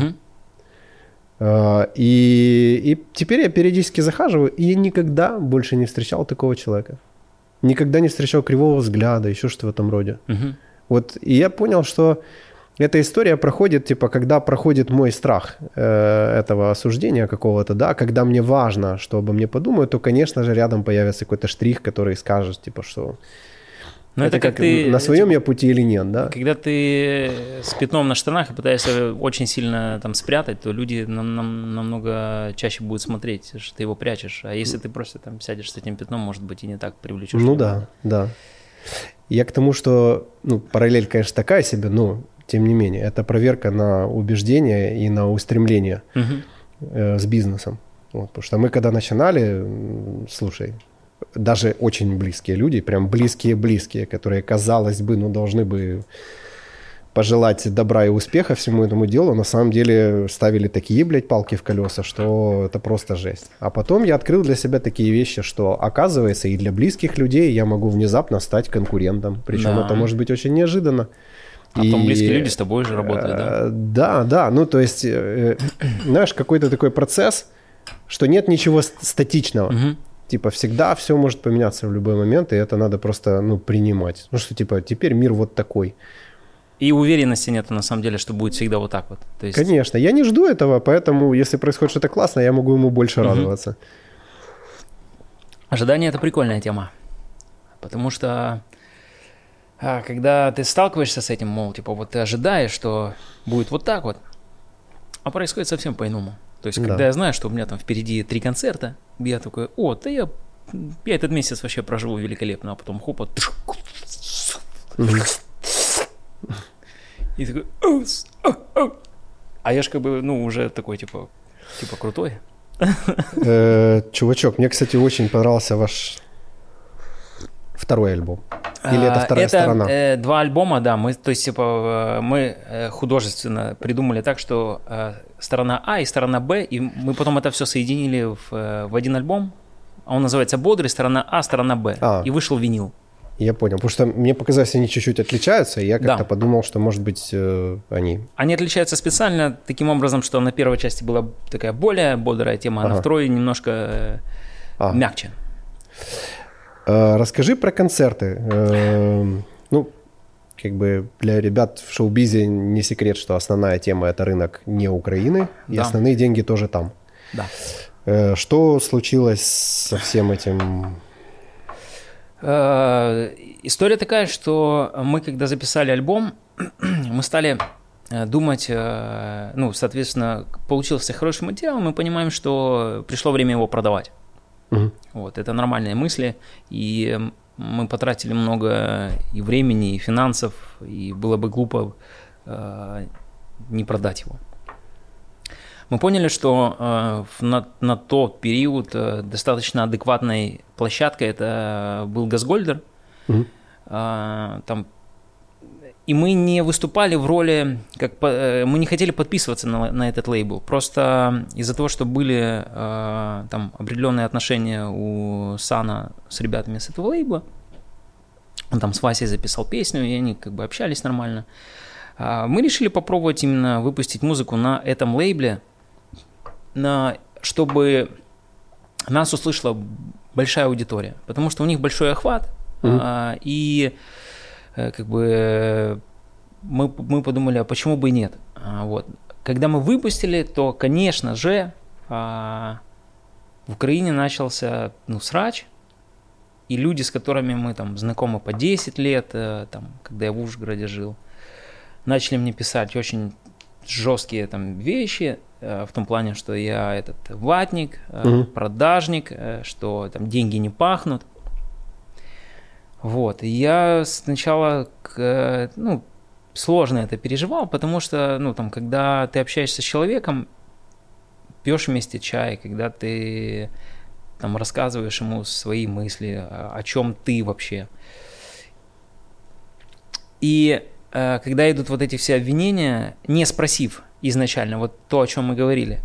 И теперь я периодически захаживаю, и я никогда больше не встречал такого человека. Никогда не встречал кривого взгляда, еще что-то в этом роде. Вот, и я понял, что эта история проходит, типа, когда проходит мой страх этого осуждения какого-то, да, когда мне важно, что обо мне подумают, то, конечно же, рядом появится какой-то штрих, который скажет, типа, что но это как ты, на своем я пути или нет, да? Когда ты с пятном на штанах и пытаешься очень сильно там спрятать, то люди намного чаще будут смотреть, что ты его прячешь. А если ты просто там сядешь с этим пятном, может быть, и не так привлечешь. Ну да, да. Я к тому, что, ну, параллель, конечно, такая себе, но тем не менее, это проверка на убеждение и на устремление с бизнесом. Вот, потому что мы когда начинали, слушай, даже очень близкие люди, прям близкие-близкие, которые, казалось бы, ну, должны бы пожелать добра и успеха всему этому делу, на самом деле ставили такие, блядь, палки в колеса, что это просто жесть. А потом я открыл для себя такие вещи, что, оказывается, и для близких людей я могу внезапно стать конкурентом. Причем это может быть очень неожиданно. А потом близкие люди с тобой же работают, да? Да, да. Ну, то есть, знаешь, какой-то такой процесс, что нет ничего статичного. Типа, всегда все может поменяться в любой момент, и это надо просто, ну, принимать. Ну, что, типа, теперь мир вот такой. И уверенности нет, на самом деле, что будет всегда вот так вот. То есть... Конечно. Я не жду этого, поэтому, если происходит что-то классное, я могу ему больше радоваться. Ожидание – это прикольная тема. Потому что, когда ты сталкиваешься с этим, мол, типа, вот ты ожидаешь, что будет вот так вот, а происходит совсем по-иному. То есть, когда я знаю, что у меня там впереди 3 концерта, я такой, да я этот месяц вообще проживу великолепно, а потом хопа, и такой, а я ж как бы, ну, уже такой, типа крутой. Чувачок, мне, кстати, очень понравился ваш второй альбом. Или это вторая сторона? Это 2 альбома, да. Мы, то есть, типа, мы художественно придумали так, что сторона А и сторона Б, и мы потом это все соединили в один альбом. Он называется «Бодрый», сторона А, сторона Б. И вышел винил. Я понял, потому что мне показалось, они чуть-чуть отличаются, и я как-то подумал, что, может быть, они... Они отличаются специально таким образом, что на первой части была такая более бодрая тема, а на второй немножко мягче. Расскажи про концерты. Ну, как бы для ребят в шоу-бизе не секрет, что основная тема – это рынок не Украины, и основные деньги тоже там. Да. Что случилось со всем этим? История такая, что мы, когда записали альбом, мы стали думать, ну, соответственно, получился хороший материал, мы понимаем, что пришло время его продавать. Вот, это нормальные мысли, и мы потратили много и времени, и финансов, и было бы глупо не продать его. Мы поняли, что на тот период достаточно адекватной площадкой это был Газгольдер. Там, и мы не выступали в роли, мы не хотели подписываться на этот лейбл. Просто из-за того, что были там определенные отношения у Сана с ребятами с этого лейбла, он там с Васей записал песню, и они как бы общались нормально. Мы решили попробовать именно выпустить музыку на этом лейбле, чтобы нас услышала большая аудитория, потому что у них большой охват, и как бы мы подумали, а почему бы и нет. Вот. Когда мы выпустили, то, конечно же, в Украине начался срач, и люди, с которыми мы там знакомы по 10 лет, там, когда я в Ужгороде жил, начали мне писать очень жесткие там вещи, в том плане, что я ватник, продажник, что там деньги не пахнут. Вот, и я сначала, сложно это переживал, потому что, там, когда ты общаешься с человеком, пьешь вместе чай, когда ты там рассказываешь ему свои мысли, о чем ты вообще. И когда идут вот эти все обвинения, не спросив изначально, вот то, о чем мы говорили,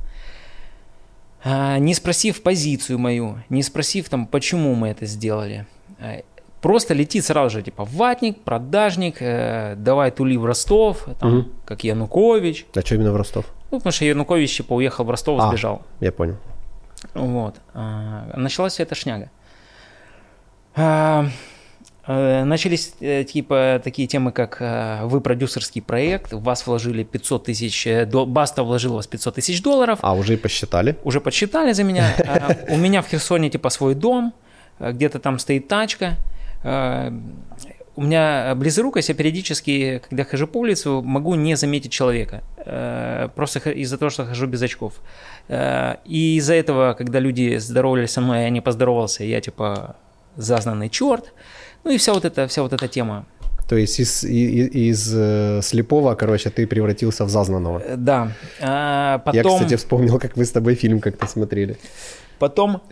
не спросив позицию мою, не спросив там, почему мы это сделали, просто летит сразу же, типа, ватник, продажник, давай тули в Ростов, там, как Янукович. А что именно в Ростов? Ну, потому что Янукович, типа, уехал в Ростов, сбежал. Я понял. Вот. Началась вся эта шняга. Начались, типа, такие темы, как вы продюсерский проект, в вас вложили 500 тысяч, Баста вложил в вас 500 тысяч долларов. Уже и посчитали? Уже подсчитали за меня. У меня в Херсоне, типа, свой дом, где-то там стоит тачка. У меня близорукость, я периодически, когда хожу по улице, могу не заметить человека. Просто из-за того, что хожу без очков. И из-за этого, когда люди здоровались со мной, я не поздоровался, я, типа, зазнанный черт. Ну и вся вот эта тема. То есть из слепого, короче, ты превратился в зазнанного. Да. Потом... Я, кстати, вспомнил, как мы с тобой фильм как-то смотрели. Потом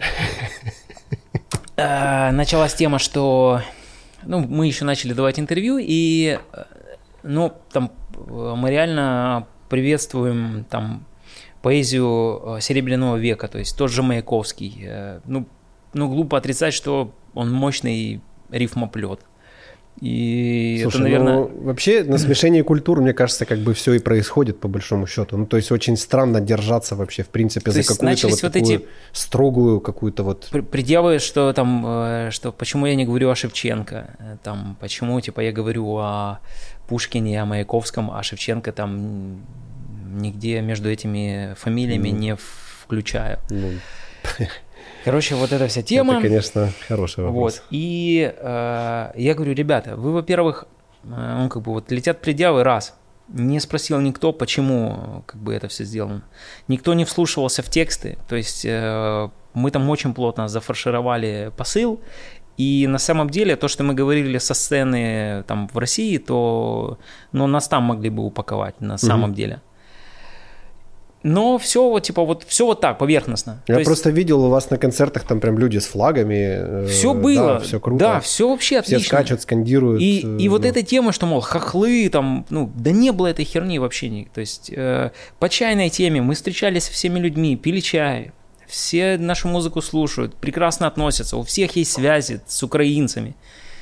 началась тема, что мы еще начали давать интервью, и там мы реально приветствуем там поэзию Серебряного века, то есть тот же Маяковский. Глупо отрицать, что он мощный рифмоплет. И слушай, это, наверное... вообще на смешении культур, мне кажется, как бы все и происходит по большому счету. То есть очень странно держаться вообще, в принципе, за какую-то вот такую эти строгую какую-то вот... Предъявы, что там, что почему я не говорю о Шевченко, там, почему, типа, я говорю о Пушкине, о Маяковском, а Шевченко там нигде между этими фамилиями не включаю. Короче, вот эта вся тема. Это, конечно, хороший вопрос. Вот. И я говорю, ребята, вы, во-первых, летят предъявы, раз. Не спросил никто, почему это все сделано. Никто не вслушивался в тексты. То есть мы там очень плотно зафаршировали посыл. И на самом деле то, что мы говорили со сцены там в России, то нас там могли бы упаковать на самом деле. Но все все вот так, поверхностно. Я просто видел у вас на концертах там прям люди с флагами. Все было. Да, все круто. Да, все вообще отлично. Все скачут, скандируют. И вот эта тема, что, мол, хохлы, там, да не было этой херни вообще. То есть по чайной теме мы встречались со всеми людьми, пили чай. Все нашу музыку слушают, прекрасно относятся. У всех есть связи с украинцами.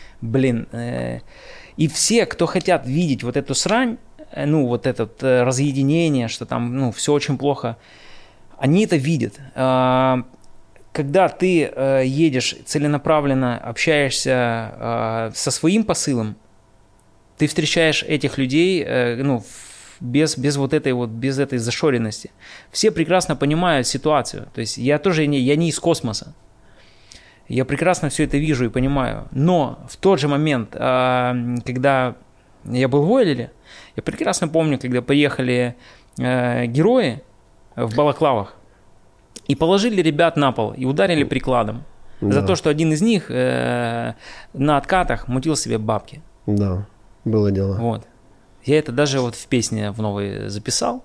И все, кто хотят видеть вот эту срань, вот это разъединение, что там, все очень плохо, они это видят. Когда ты едешь целенаправленно, общаешься со своим посылом, ты встречаешь этих людей, без вот этой без этой зашоренности. Все прекрасно понимают ситуацию. То есть я тоже я не из космоса. Я прекрасно все это вижу и понимаю. Но в тот же момент, когда я был в Ойлере, я прекрасно помню, когда приехали герои в балаклавах и положили ребят на пол и ударили прикладом за то, что один из них на откатах мутил себе бабки. Да, было дело. Вот. Я это даже вот в песне в новой записал.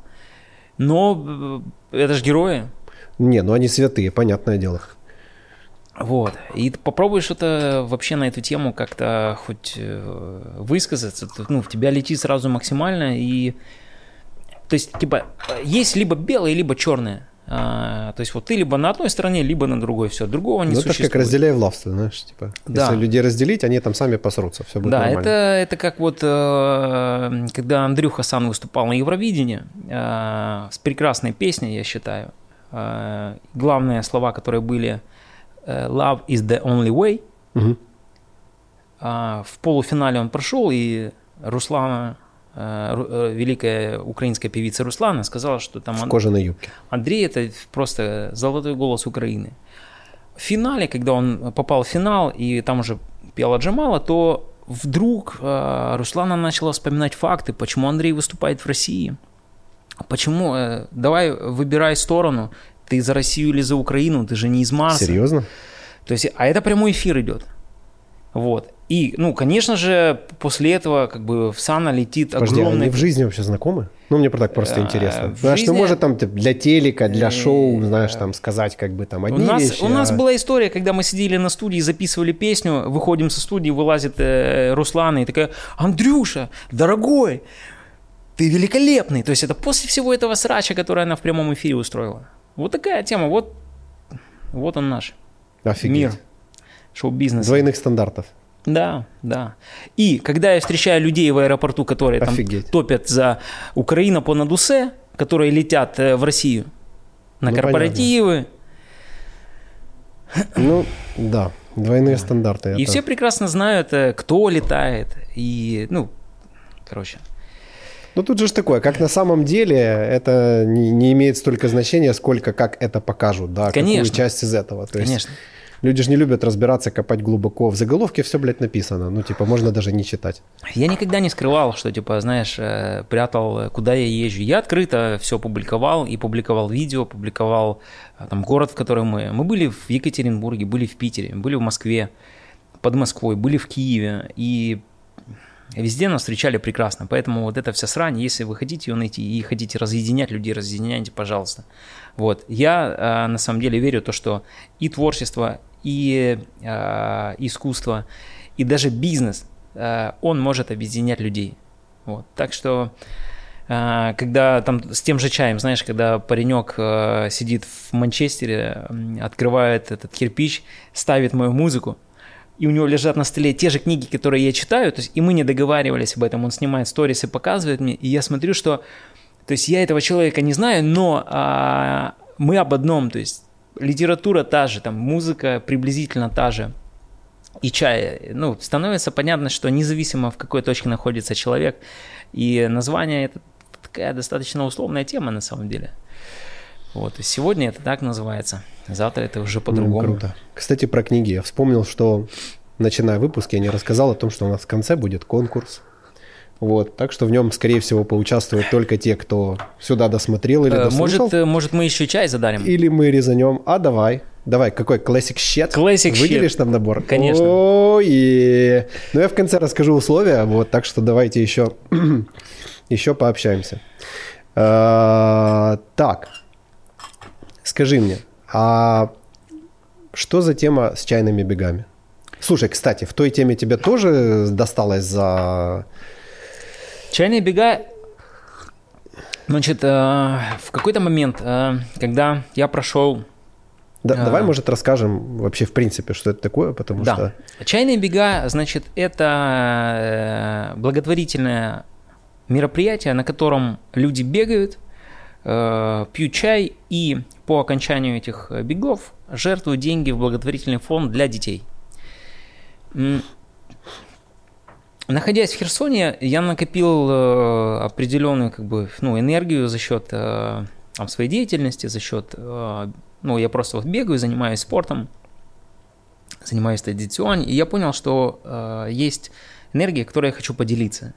Но это же герои. Не, они святые, понятное дело. Вот. И попробуй что-то вообще на эту тему как-то хоть высказаться. В тебя летит сразу максимально. И... То есть, типа, есть либо белое, либо черное. То есть, вот ты либо на одной стороне, либо на другой. Все, другого не существует. Это как разделяй властвуй, знаешь, типа. Да. Если людей разделить, они там сами посрутся, все будет нормально. Да, это как вот, когда Андрюх Хасан выступал на Евровидении с прекрасной песней, я считаю. Главные слова, которые были «Love is the only way». Угу. В полуфинале он прошел, и Руслана, великая украинская певица Руслана, сказала, что там... В кожаной юбке. Андрей – это просто золотой голос Украины. В финале, когда он попал в финал, и там уже пела Джамала, то вдруг Руслана начала вспоминать факты, почему Андрей выступает в России. Почему? Давай выбирай сторону. Ты за Россию или за Украину? Ты же не из Марса. Серьезно? То есть, а это прямой эфир идет. Вот. И, ну, конечно же, после этого как бы в Сана летит огромный... Они в жизни вообще знакомы? Ну, мне так просто интересно. Знаешь, жизни... ты может там для телека, для шоу, знаешь, там сказать как бы там одни вещи. У нас была история, когда мы сидели на студии, записывали песню, выходим со студии, вылазит Руслана и такая: Андрюша, дорогой, ты великолепный. То есть это после всего этого срача, который она в прямом эфире устроила. Вот такая тема, вот он наш мир шоу-бизнеса. Двойных стандартов. Да, да. И когда я встречаю людей в аэропорту, которые там топят за Украину по надусе, которые летят в Россию на корпоративы. Понятно. Ну, да, двойные стандарты. И все прекрасно знают, кто летает. И, ну, короче. Ну, тут же такое, как на самом деле, это не имеет столько значения, сколько как это покажут, да, конечно. Какую часть из этого. То конечно. Есть люди же не любят разбираться, копать глубоко. В заголовке все, блядь, написано. Ну, типа, можно даже не читать. Я никогда не скрывал, что, типа, знаешь, прятал, куда я езжу. Я открыто все публиковал, и публиковал видео, публиковал там город, в котором мы были в Екатеринбурге, были в Питере, были в Москве, под Москвой, были в Киеве, и везде нас встречали прекрасно. Поэтому вот эта вся срань, если вы хотите ее найти и хотите разъединять людей, разъединяйте, пожалуйста. Вот. Я на самом деле верю в то, что и творчество, и искусство, и даже бизнес, он может объединять людей. Вот. Так что, когда там с тем же чаем, знаешь, когда паренек сидит в Манчестере, открывает этот кирпич, ставит мою музыку, и у него лежат на столе те же книги, которые я читаю, то есть, и мы не договаривались об этом, он снимает сторис и показывает мне, и я смотрю, что, то есть, я этого человека не знаю, но мы об одном, то есть, литература та же, там, музыка приблизительно та же, и чай, ну, становится понятно, что независимо в какой точке находится человек, и название – это такая достаточно условная тема на самом деле. Вот, и сегодня это так называется, завтра это уже по-другому. Круто. Кстати, про книги. Я вспомнил, что, начиная выпуск, я не рассказал о том, что у нас в конце будет конкурс. Вот, так что в нем, скорее всего, поучаствуют только те, кто сюда досмотрел или дослушал. Может, мы еще чай задарим? Или мы резанем. Давай, какой? Classic Shit? Classic Shit. Выделишь нам набор? Конечно. Ой, ну я в конце расскажу условия, вот, так что давайте еще пообщаемся. Так. Скажи мне, а что за тема с чайными бегами? Слушай, кстати, в той теме тебе тоже досталось за... Чайные бега, значит, в какой-то момент, когда я прошел... Давай, может, расскажем вообще в принципе, что это такое, потому что... Чайные бега, значит, это благотворительное мероприятие, на котором люди бегают, пьют чай и по окончанию этих бегов жертвуют деньги в благотворительный фонд для детей. Находясь в Херсоне, я накопил определенную энергию за счет своей деятельности, за счет, я просто бегаю, занимаюсь спортом, занимаюсь традиционно, и я понял, что есть энергия, которой я хочу поделиться.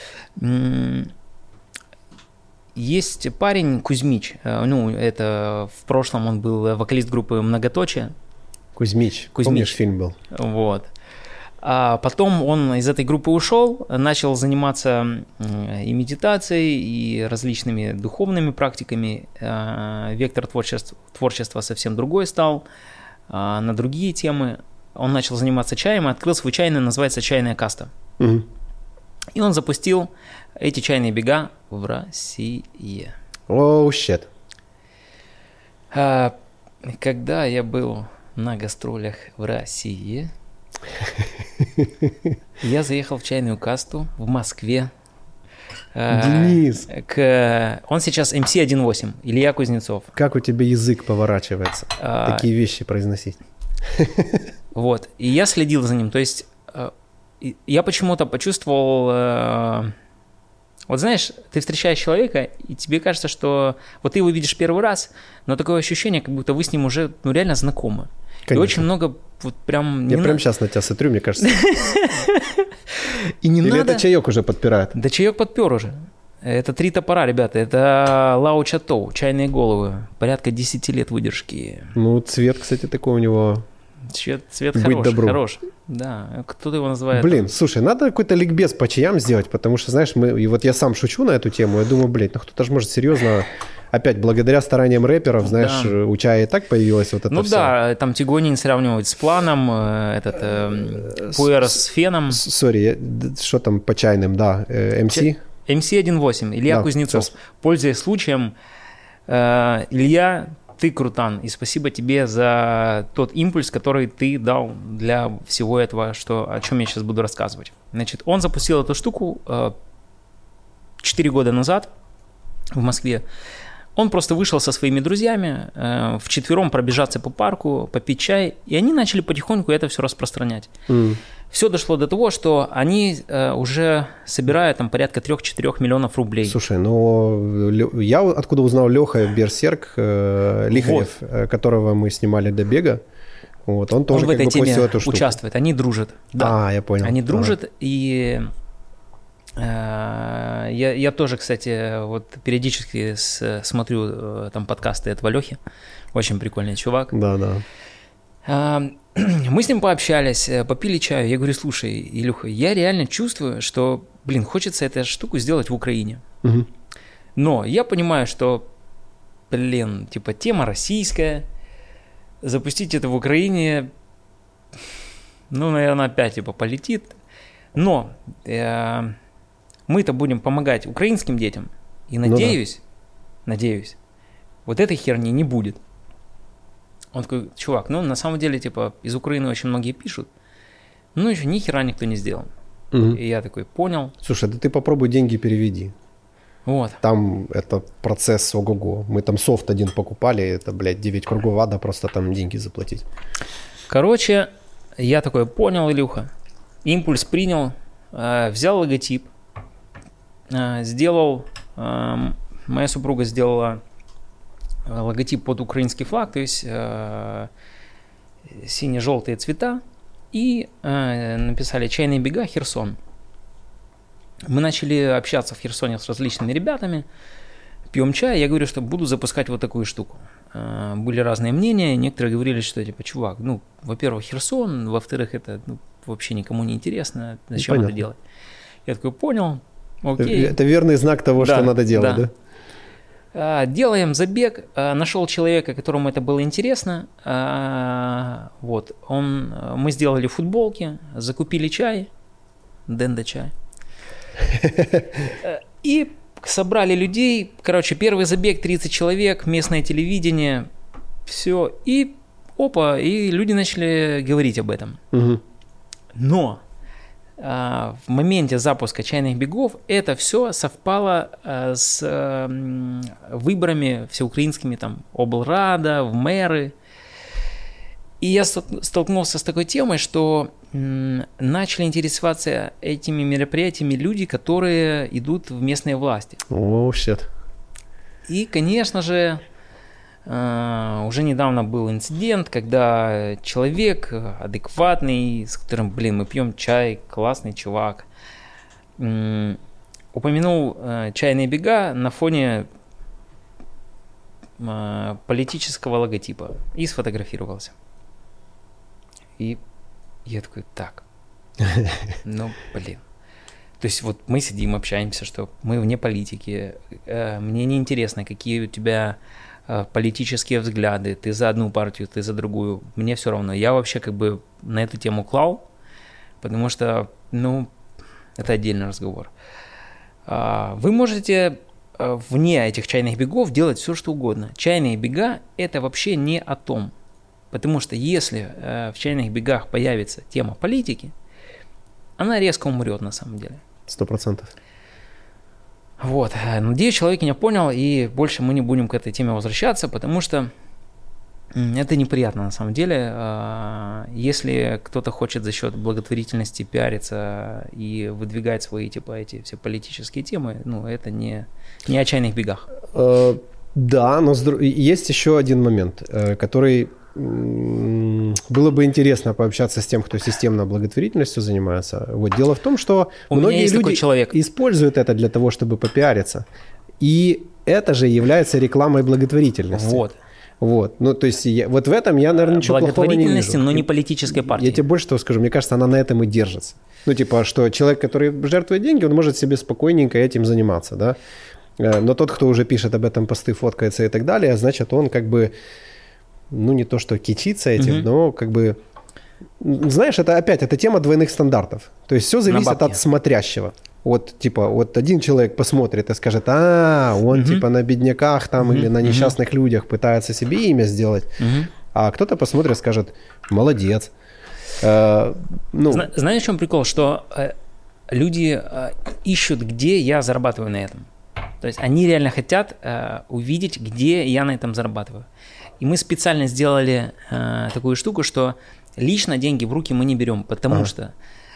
Есть парень Кузьмич, это в прошлом он был вокалист группы «Многоточие». Кузьмич. Помнишь, фильм был? Вот. А потом он из этой группы ушел, начал заниматься и медитацией, и различными духовными практиками. Вектор творчества совсем другой стал, на другие темы. Он начал заниматься чаем и открыл свой чайный, называется «Чайная каста». Угу. И он запустил эти чайные бега в России. Оу, щет. Когда я был на гастролях в России, я заехал в чайную касту в Москве. Денис. Он сейчас MC 1.8, Илья Кузнецов. Как у тебя язык поворачивается такие вещи произносить? Вот, и я следил за ним, то есть я почему-то почувствовал... Вот знаешь, ты встречаешь человека, и тебе кажется, что вот ты его видишь первый раз, но такое ощущение, как будто вы с ним уже реально знакомы. Конечно. И очень много вот прям... Я прям сейчас на тебя смотрю, мне кажется. И не Или надо... это чаек уже подпирает? Да чаек подпер уже. Это 3 топора, ребята. Это Лао Чатоу, чайные головы. Порядка 10 лет выдержки. Ну, цвет, кстати, такой у него Цвет Быть добру. хорош. Да, кто-то его называет... Блин, слушай, надо какой-то ликбез по чаям сделать, потому что, знаешь, и вот я сам шучу на эту тему, я думаю, блин, ну кто-то же может серьезно, опять, благодаря стараниям рэперов, знаешь, Да. у чая и так появилось вот это Ну все. да, там Тигонин сравнивают с Планом, Пуэр с Феном. Сори, что там по чайным, да, МС? МС-1.8, Илья Да, Кузнецов. сейчас. Пользуясь случаем, Илья, ты крутан, и спасибо тебе за тот импульс, который ты дал для всего этого, о чем я сейчас буду рассказывать. Значит, он запустил эту штуку 4 года назад в Москве. Он просто вышел со своими друзьями вчетвером пробежаться по парку, попить чай, и они начали потихоньку это все распространять. Все дошло до того, что они уже собирают там порядка 3-4 миллионов рублей. Слушай, ну я откуда узнал Леха Берсерк Лихарев, которого мы снимали до бега, вот, он тоже в этой как бы теме постил эту штуку. участвует, они дружат. Да. Я понял. Они дружат, и я тоже, кстати, вот периодически смотрю там подкасты этого Лехи, очень прикольный чувак. Да. Мы с ним пообщались, попили чаю. Я говорю, слушай, Илюха, я реально чувствую, что, хочется эту штуку сделать в Украине. Угу. Но я понимаю, что, тема российская, запустить это в Украине, наверное, опять полетит. Но мы-то будем помогать украинским детям. И надеюсь, вот этой херни не будет. Он такой, чувак, на самом деле, из Украины очень многие пишут, еще ни хера никто не сделал. Угу. И я такой, понял. Слушай, да ты попробуй деньги переведи. Вот. Там это процесс ого-го. Мы там софт один покупали, это, 9 кругов ада, просто там деньги заплатить. Короче, я такой, понял, Илюха, импульс принял, взял логотип, сделал, моя супруга сделала логотип под украинский флаг, то есть сине-желтые цвета, и написали «Чайные бега, Херсон». Мы начали общаться в Херсоне с различными ребятами, пьем чай, я говорю, что буду запускать вот такую штуку. Были разные мнения, некоторые говорили, что чувак, во-первых, Херсон, во-вторых, это вообще никому не интересно, зачем это делать. Я такой, понял, окей. Это верный знак того, что надо делать, да? Делаем забег, нашел человека, которому это было интересно, мы сделали футболки, закупили чай, Дэнда чай, и собрали людей, первый забег 30 человек, местное телевидение, все, и и люди начали говорить об этом. Угу. Но в моменте запуска чайных бегов это все совпало с выборами всеукраинскими облрада, в мэры. И я столкнулся с такой темой, что начали интересоваться этими мероприятиями люди, которые идут в местные власти. О, shit. И, конечно же, уже недавно был инцидент, когда человек адекватный, с которым, мы пьем чай, классный чувак, упомянул чайные бега на фоне политического логотипа и сфотографировался. И я такой, так, То есть вот мы сидим, общаемся, что мы вне политики, мне не интересно, какие у тебя политические взгляды, ты за одну партию, ты за другую, мне все равно. Я вообще на эту тему клал, потому что, это отдельный разговор. Вы можете вне этих чайных бегов делать все, что угодно. Чайные бега – это вообще не о том. Потому что если в чайных бегах появится тема политики, она резко умрет на самом деле. 100%. Вот. Надеюсь, человек меня понял, и больше мы не будем к этой теме возвращаться, потому что это неприятно на самом деле. Если кто-то хочет за счет благотворительности пиариться и выдвигать свои эти все политические темы, это не о чайных бегах. Да, но есть еще один момент, который было бы интересно пообщаться с тем, кто системно благотворительностью занимается. Вот. Дело в том, что многие люди используют это для того, чтобы попиариться. И это же является рекламой благотворительности. Вот. Вот. Ну, то есть, вот в этом я, наверное, ничего плохого не вижу. Но не политической партии. Я тебе больше того скажу, мне кажется, она на этом и держится. Ну, типа, что человек, который жертвует деньги, он может себе спокойненько этим заниматься, да. Но тот, кто уже пишет об этом посты, фоткается и так далее, значит, он как бы, ну, не то что кичится этим, но как бы, знаешь, это опять, это тема двойных стандартов. То есть все зависит от смотрящего. Вот, типа, вот один человек посмотрит и скажет, он, типа, на бедняках там или на несчастных людях пытается себе имя сделать. А кто-то посмотрит и скажет, молодец. Знаешь, в чем прикол? Что люди ищут, где я зарабатываю на этом. То есть они реально хотят увидеть, где я на этом зарабатываю. И мы специально сделали такую штуку, что лично деньги в руки мы не берем, потому что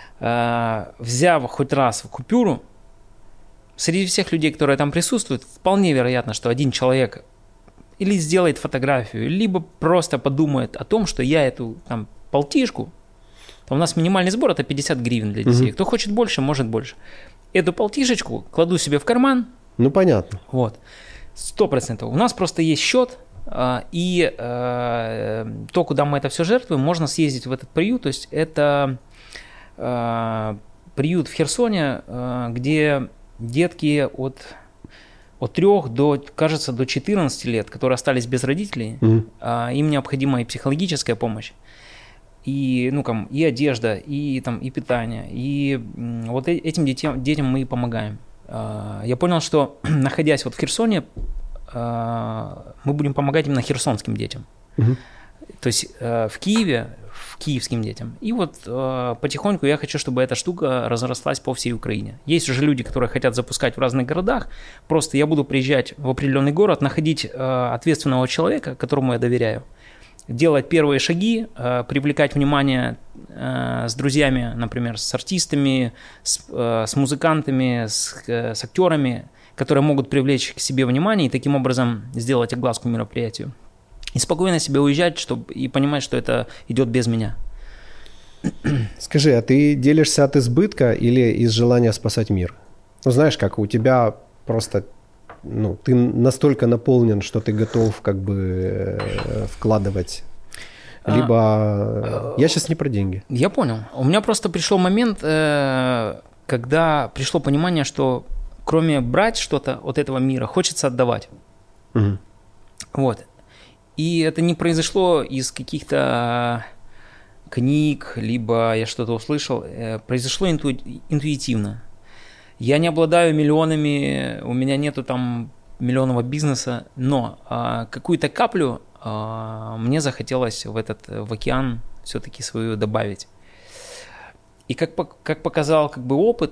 взяв хоть раз в купюру, среди всех людей, которые там присутствуют, вполне вероятно, что один человек или сделает фотографию, либо просто подумает о том, что я эту там полтишку, там у нас минимальный сбор это 50 гривен для детей, кто хочет больше, может больше. Эту полтишечку кладу себе в карман. Ну, понятно. Вот, 100%. У нас просто есть счет, и то, куда мы это все жертвуем, можно съездить в этот приют, то есть это приют в Херсоне, где детки от 3 до, кажется, до 14 лет, которые остались без родителей, им необходима и психологическая помощь, и, и одежда, и питание, и вот этим детям мы и помогаем. Я понял, что, находясь вот в Херсоне, мы будем помогать именно херсонским детям. То есть в Киеве, киевским детям. И вот потихоньку я хочу, чтобы эта штука разрослась по всей Украине. Есть уже люди, которые хотят запускать в разных городах. Просто я буду приезжать в определенный город, находить ответственного человека, которому я доверяю, делать первые шаги, привлекать внимание с друзьями, например, с артистами, с музыкантами, с актерами, которые могут привлечь к себе внимание и таким образом сделать огласку мероприятию. И спокойно себе уезжать, и понимать, что это идет без меня. Скажи, а ты делишься от избытка или из желания спасать мир? Ну, знаешь, как у тебя просто, ты настолько наполнен, что ты готов как бы вкладывать. Либо... Я сейчас не про деньги. Я понял. У меня просто пришел момент, когда пришло понимание, что кроме брать что-то от этого мира, хочется отдавать. Вот. И это не произошло из каких-то книг, либо я что-то услышал. Произошло интуитивно. Я не обладаю миллионами, у меня нету там миллионного бизнеса, но какую-то каплю мне захотелось в океан все-таки свою добавить. И как показал как бы опыт,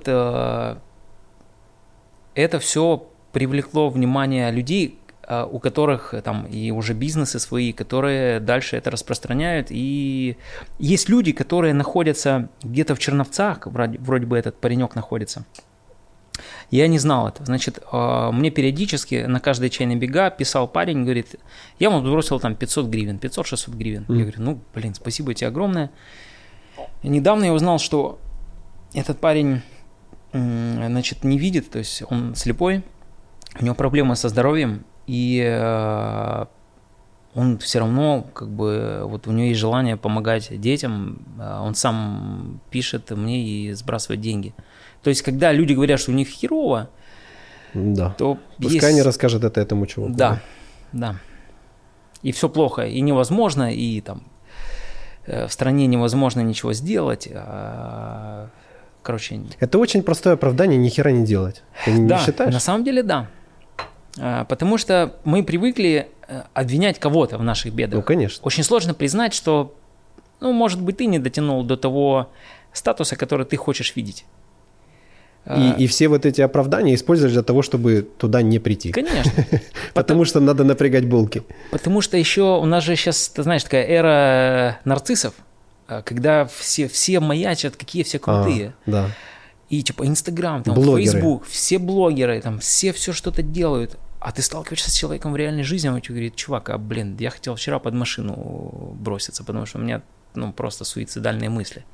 это все привлекло внимание людей, у которых там и уже бизнесы свои, которые дальше это распространяют. И есть люди, которые находятся где-то в Черновцах, вроде бы этот паренек находится. Я не знал этого. Значит, мне периодически на каждой чайной бега писал парень, говорит, я вам бросил там 500 гривен, 500-600 гривен. Я говорю, спасибо тебе огромное. И недавно я узнал, что этот парень, значит, не видит, то есть он слепой, у него проблемы со здоровьем, и он все равно, как бы, вот у него есть желание помогать детям, он сам пишет мне и сбрасывает деньги. То есть, когда люди говорят, что у них херово, то пускай они расскажут это этому чуваку. Да. И все плохо, и невозможно, и там в стране невозможно ничего сделать. Короче. Это очень простое оправдание ни хера не делать. Ты не считаешь? На самом деле, да. Потому что мы привыкли обвинять кого-то в наших бедах. Ну, конечно. Очень сложно признать, что, может быть, ты не дотянул до того статуса, который ты хочешь видеть. И все вот эти оправдания используешь для того, чтобы туда не прийти. Конечно. Потому что надо напрягать булки. Потому что еще у нас же сейчас, ты знаешь, такая эра нарциссов, когда все маячат, какие все крутые. Да. И типа Инстаграм, там, Фейсбук, все блогеры, там, все что-то делают. А ты сталкиваешься с человеком в реальной жизни, он тебе говорит, чувак, я хотел вчера под машину броситься, потому что у меня, просто суицидальные мысли.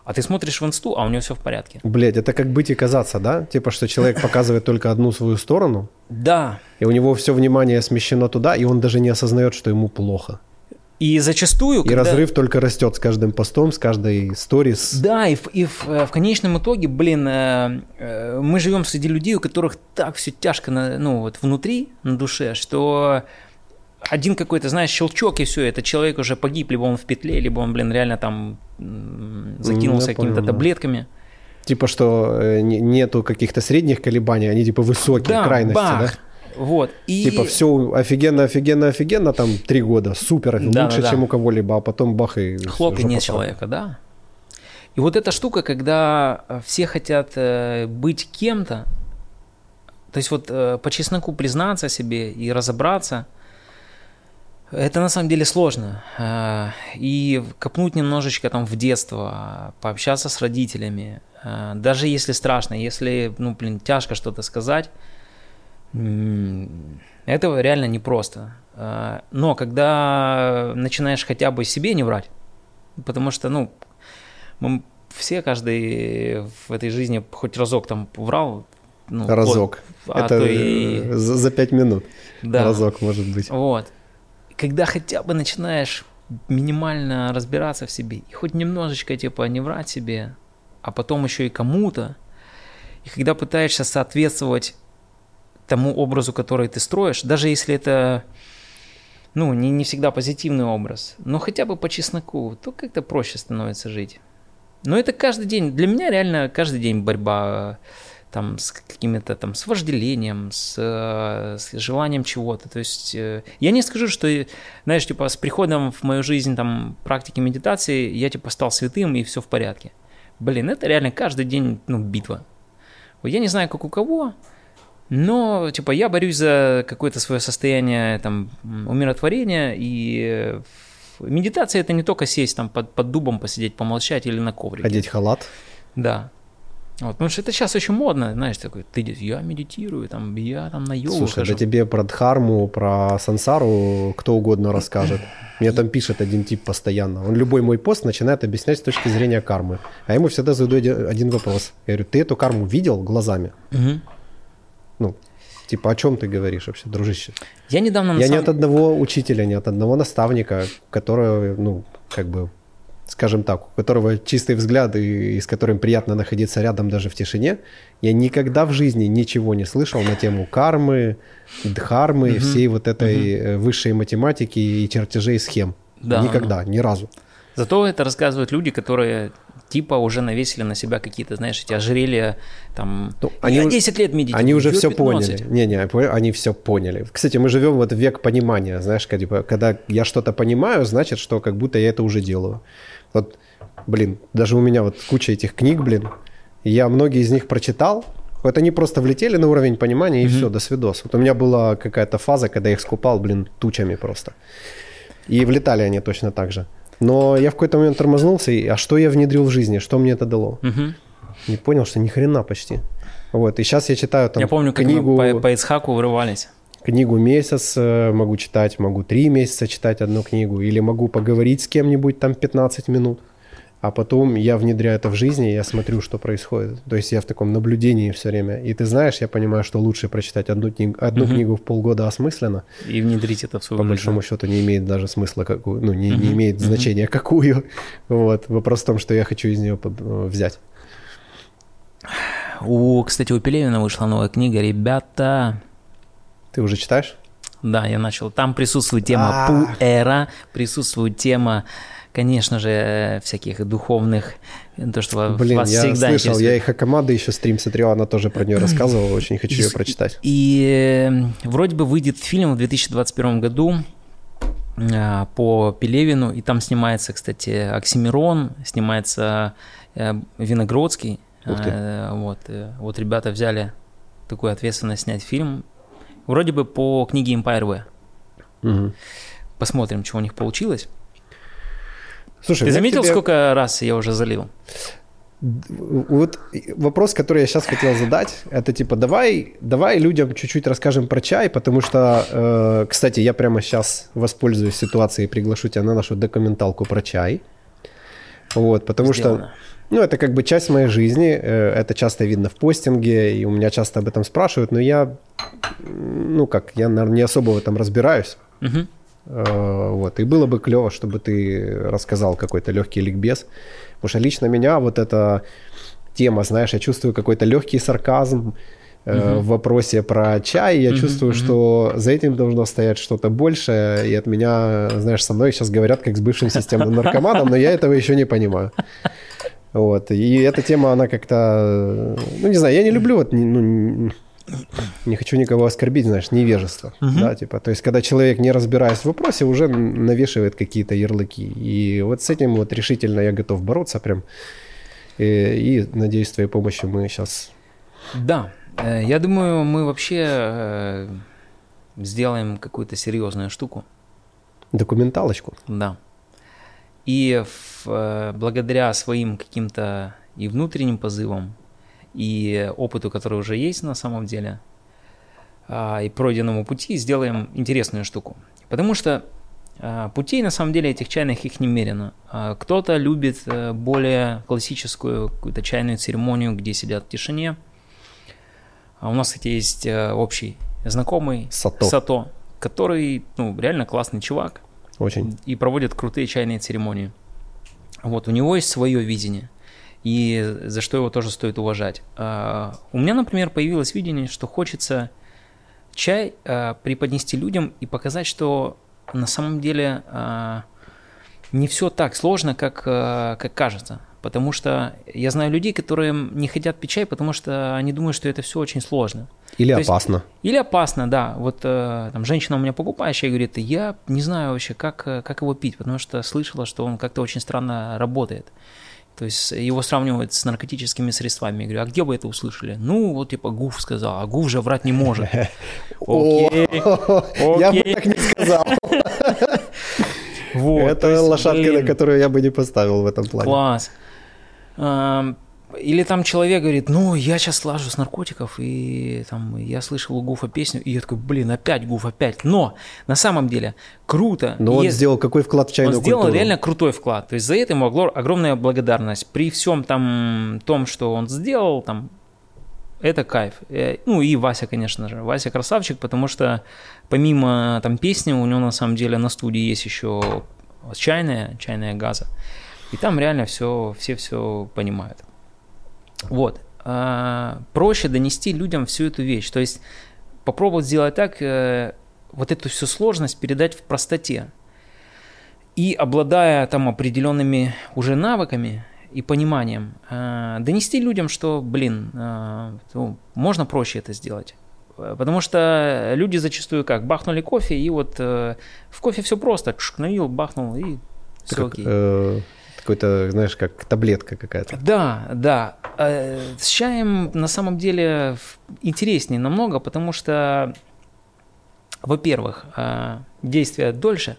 А ты смотришь в инсту, а у него все в порядке. Блядь, это как быть и казаться, да? Типа, что человек показывает только одну свою сторону. Да. И у него все внимание смещено туда, и он даже не осознает, что ему плохо. И зачастую... И разрыв только растет с каждым постом, с каждой сторис. Да, и в конечном итоге, блин, мы живем среди людей, у которых так все тяжко внутри, на душе, что один какой-то, знаешь, щелчок, и все, этот человек уже погиб, либо он в петле, либо он, блин, реально там закинулся какими-то таблетками. Типа, что нету каких-то средних колебаний, они типа высокие, крайности, бах. да? Вот. И... Типа все офигенно, там 3 года, супер, лучше, чем у кого-либо, а потом бах и... Хлоп, и нет человека, да. И вот эта штука, когда все хотят быть кем-то, то есть вот по чесноку признаться себе и разобраться, это на самом деле сложно. И копнуть немножечко там в детство, пообщаться с родителями, даже если страшно, если, тяжко что-то сказать, это реально непросто. Но когда начинаешь хотя бы себе не врать, потому что, мы все, каждый в этой жизни хоть разок там врал. Разок. Это за 5 минут. Да. Разок может быть. Вот. Когда хотя бы начинаешь минимально разбираться в себе, и хоть немножечко типа не врать себе, а потом еще и кому-то, и когда пытаешься соответствовать тому образу, который ты строишь, даже если это, не всегда позитивный образ, но хотя бы по чесноку, то как-то проще становится жить. Но это каждый день, для меня реально каждый день борьба там с какими-то там, с вожделением, с желанием чего-то. То есть я не скажу, что, знаешь, типа с приходом в мою жизнь там практики медитации я типа стал святым и все в порядке. Блин, это реально каждый день, битва. Вот я не знаю, как у кого, но типа я борюсь за какое-то свое состояние там умиротворения, и медитация это не только сесть там под дубом, посидеть, помолчать или на коврике. Одеть халат. Да. Вот, потому что это сейчас очень модно, знаешь, такой, я медитирую, я там на йогу Слушай, хожу. да тебе про дхарму, про сансару кто угодно расскажет. Мне там пишет один тип постоянно. Он любой мой пост начинает объяснять с точки зрения кармы. А ему всегда задаю один вопрос. Я говорю, ты эту карму видел глазами? Угу. Типа, о чем ты говоришь вообще, дружище? Я недавно... ни от одного учителя, ни от одного наставника, который, скажем так, у которого чистый взгляд и с которым приятно находиться рядом даже в тишине, я никогда в жизни ничего не слышал на тему кармы, дхармы, всей вот этой высшей математики и чертежей схем. Да, никогда, ни разу. Зато это рассказывают люди, которые типа уже навесили на себя какие-то, знаешь, эти ожерелья, там, я 10 лет медитирую. Они уже все поняли. Они все поняли. Кстати, мы живем в век понимания, знаешь, когда я что-то понимаю, значит, что как будто я это уже делаю. Вот, даже у меня вот куча этих книг, я многие из них прочитал, вот они просто влетели на уровень понимания, и все, до свидос. Вот у меня была какая-то фаза, когда я их скупал, тучами просто. И влетали они точно так же. Но я в какой-то момент тормознулся, а что я внедрил в жизни, что мне это дало? Не понял, что ни хрена почти. Вот, и сейчас я читаю там книгу... Я помню, как мы по Ицхаку вырывались. Книгу месяц могу читать, могу 3 месяца читать одну книгу, или могу поговорить с кем-нибудь там 15 минут, а потом я внедряю это в жизнь, и я смотрю, что происходит. То есть я в таком наблюдении все время. И ты знаешь, я понимаю, что лучше прочитать одну книгу в полгода осмысленно. И внедрить это в свою жизнь. По большому счету не имеет даже смысла, какую, не имеет значения какую. Вот. Вопрос в том, что я хочу из нее взять. Кстати, у Пелевина вышла новая книга, ребята. Ты уже читаешь? Да, я начал. Там присутствует тема пуэра, присутствует тема, конечно же, всяких духовных, то, что вас я всегда слышал, интересует. Я и Хакамада еще стрим смотрел, она тоже про нее рассказывала, очень хочу ее прочитать. И вроде бы выйдет фильм в 2021 году по Пелевину, и там снимается, кстати, Оксимирон, снимается Виногродский. Вот ребята взяли такую ответственность снять фильм. Вроде бы по книге Empire V. Посмотрим, что у них получилось. Слушай, ты заметил, сколько раз я уже залил? Вот вопрос, который я сейчас хотел задать, это типа давай людям чуть-чуть расскажем про чай, потому что, кстати, я прямо сейчас воспользуюсь ситуацией и приглашу тебя на нашу документалку про чай. Вот, потому Сделано. что, это как бы часть моей жизни, это часто видно в постинге, и у меня часто об этом спрашивают, но я, я, наверное, не особо в этом разбираюсь. Угу. Вот, и было бы клево, чтобы ты рассказал какой-то легкий ликбез, потому что лично меня вот эта тема, знаешь, я чувствую какой-то легкий сарказм в вопросе про чай, я чувствую, что за этим должно стоять что-то большее, и от меня, знаешь, со мной сейчас говорят как с бывшим системным наркоманом, но я этого еще не понимаю. Вот, и эта тема, она как-то, не знаю, я не люблю вот, не хочу никого оскорбить, знаешь, невежество, да, типа, то есть, когда человек, не разбираясь в вопросе, уже навешивает какие-то ярлыки, и вот с этим вот решительно я готов бороться прям, и надеюсь, с твоей помощью мы сейчас... Да, я думаю, мы вообще сделаем какую-то серьезную штуку. Документалочку. Да. И благодаря своим каким-то и внутренним позывам, и опыту, который уже есть на самом деле, и пройденному пути, сделаем интересную штуку. Потому что путей, на самом деле, этих чайных их немерено. Кто-то любит более классическую какую-то чайную церемонию, где сидят в тишине. У нас, кстати, есть общий знакомый Сато, который, реально классный чувак. Очень. И проводит крутые чайные церемонии. Вот, у него есть свое видение. И за что его тоже стоит уважать. У меня, например, появилось видение, что хочется чай преподнести людям и показать, что на самом деле не все так сложно, как кажется. Потому что я знаю людей, которые не хотят пить чай, потому что они думают, что это все очень сложно. Или опасно. Или опасно, да. Вот там женщина у меня покупающая говорит, я не знаю вообще, как его пить, потому что слышала, что он как-то очень странно работает. То есть его сравнивают с наркотическими средствами. Я говорю, а где вы это услышали? Вот типа Гуф сказал, а Гуф же врать не может. Окей. Я бы так не сказал. Это лошадка, на которую я бы не поставил в этом плане. Класс. Или там человек говорит, я сейчас слажу с наркотиков, и там я слышал у Гуфа песню, и я такой, опять Гуф, опять. Но на самом деле круто. Но он сделал какой вклад в чайную культуру? Он сделал реально крутой вклад. То есть за это ему огромная благодарность. При всем том, что он сделал, это кайф. И Вася, конечно же. Вася красавчик, потому что помимо песни, у него на самом деле на студии есть еще чайная газа. И там реально все понимают. Вот. Проще донести людям всю эту вещь. То есть попробовать сделать так, вот эту всю сложность передать в простоте. И обладая определенными уже навыками и пониманием, донести людям, что, можно проще это сделать. Потому что люди зачастую бахнули кофе, и вот в кофе все просто. Налил, бахнул, и все окей. Какой-то, знаешь, как таблетка какая-то. Да. С чаем на самом деле интереснее намного, потому что, во-первых, действие дольше.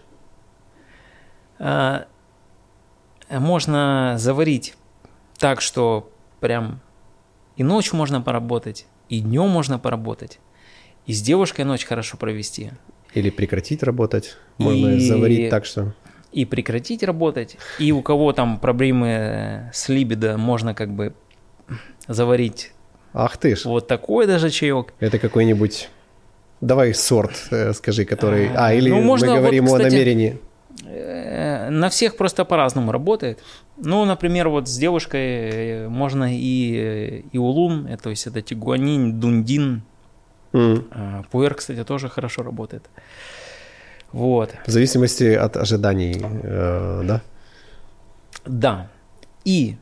Можно заварить так, что прям и ночью можно поработать, и днем можно поработать, и с девушкой ночь хорошо провести. Или прекратить работать. Можно заварить так, что... И прекратить работать, и у кого там проблемы с либидо, можно заварить. Ах ты ж. Вот такой даже чаек. Это какой-нибудь, давай сорт, скажи, который... или мы говорим о намерении. На всех просто по-разному работает. Например, вот с девушкой можно и улун, то есть это тигуанин, дундин. Пуэр, кстати, тоже хорошо работает. Вот. В зависимости от ожиданий, да? Да. И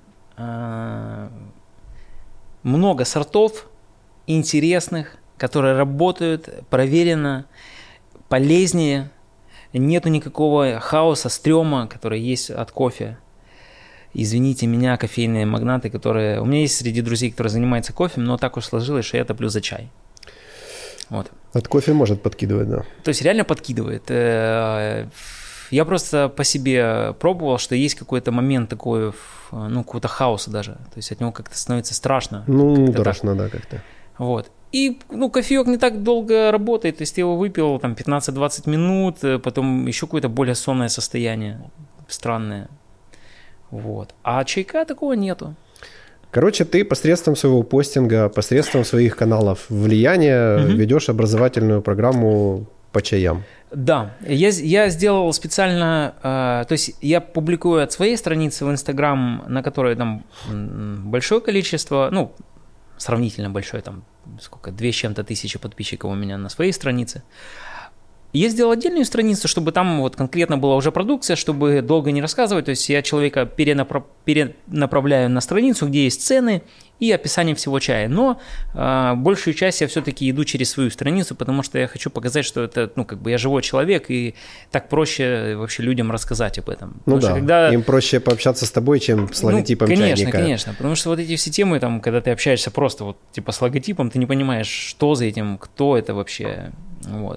много сортов интересных, которые работают, проверено, полезнее. Нету никакого хаоса, стрёма, который есть от кофе. Извините меня, кофейные магнаты, которые... У меня есть среди друзей, которые занимаются кофе, но так уж сложилось, что я топлю за чай. Вот. От кофе может подкидывать, да. То есть реально подкидывает. Я просто по себе пробовал, что есть какой-то момент такой, какого-то хаоса даже. То есть от него как-то становится страшно. Страшно, да, как-то. Вот. И, кофеек не так долго работает. То есть ты его выпил 15-20 минут, потом еще какое-то более сонное состояние, странное. Вот. А чайка такого нету. Короче, ты посредством своего постинга, посредством своих каналов влияния ведешь образовательную программу по чаям. Да, я сделал специально, то есть я публикую от своей страницы в Инстаграм, на которой там большое количество, ну, сравнительно большое, там, сколько, 2 с чем-то тысячи подписчиков у меня на своей странице. Я сделал отдельную страницу, чтобы там вот конкретно была уже продукция, чтобы долго не рассказывать. То есть я человека перенаправляю на страницу, где есть цены и описание всего чая. Но большую часть я все-таки иду через свою страницу, потому что я хочу показать, что это, ну, как бы я живой человек, и так проще вообще людям рассказать об этом. Ну потому да, что когда... им проще пообщаться с тобой, чем с логотипом чайника. Конечно, потому что вот эти все темы, там, когда ты общаешься просто вот типа с логотипом, ты не понимаешь, что за этим, кто это вообще, вот.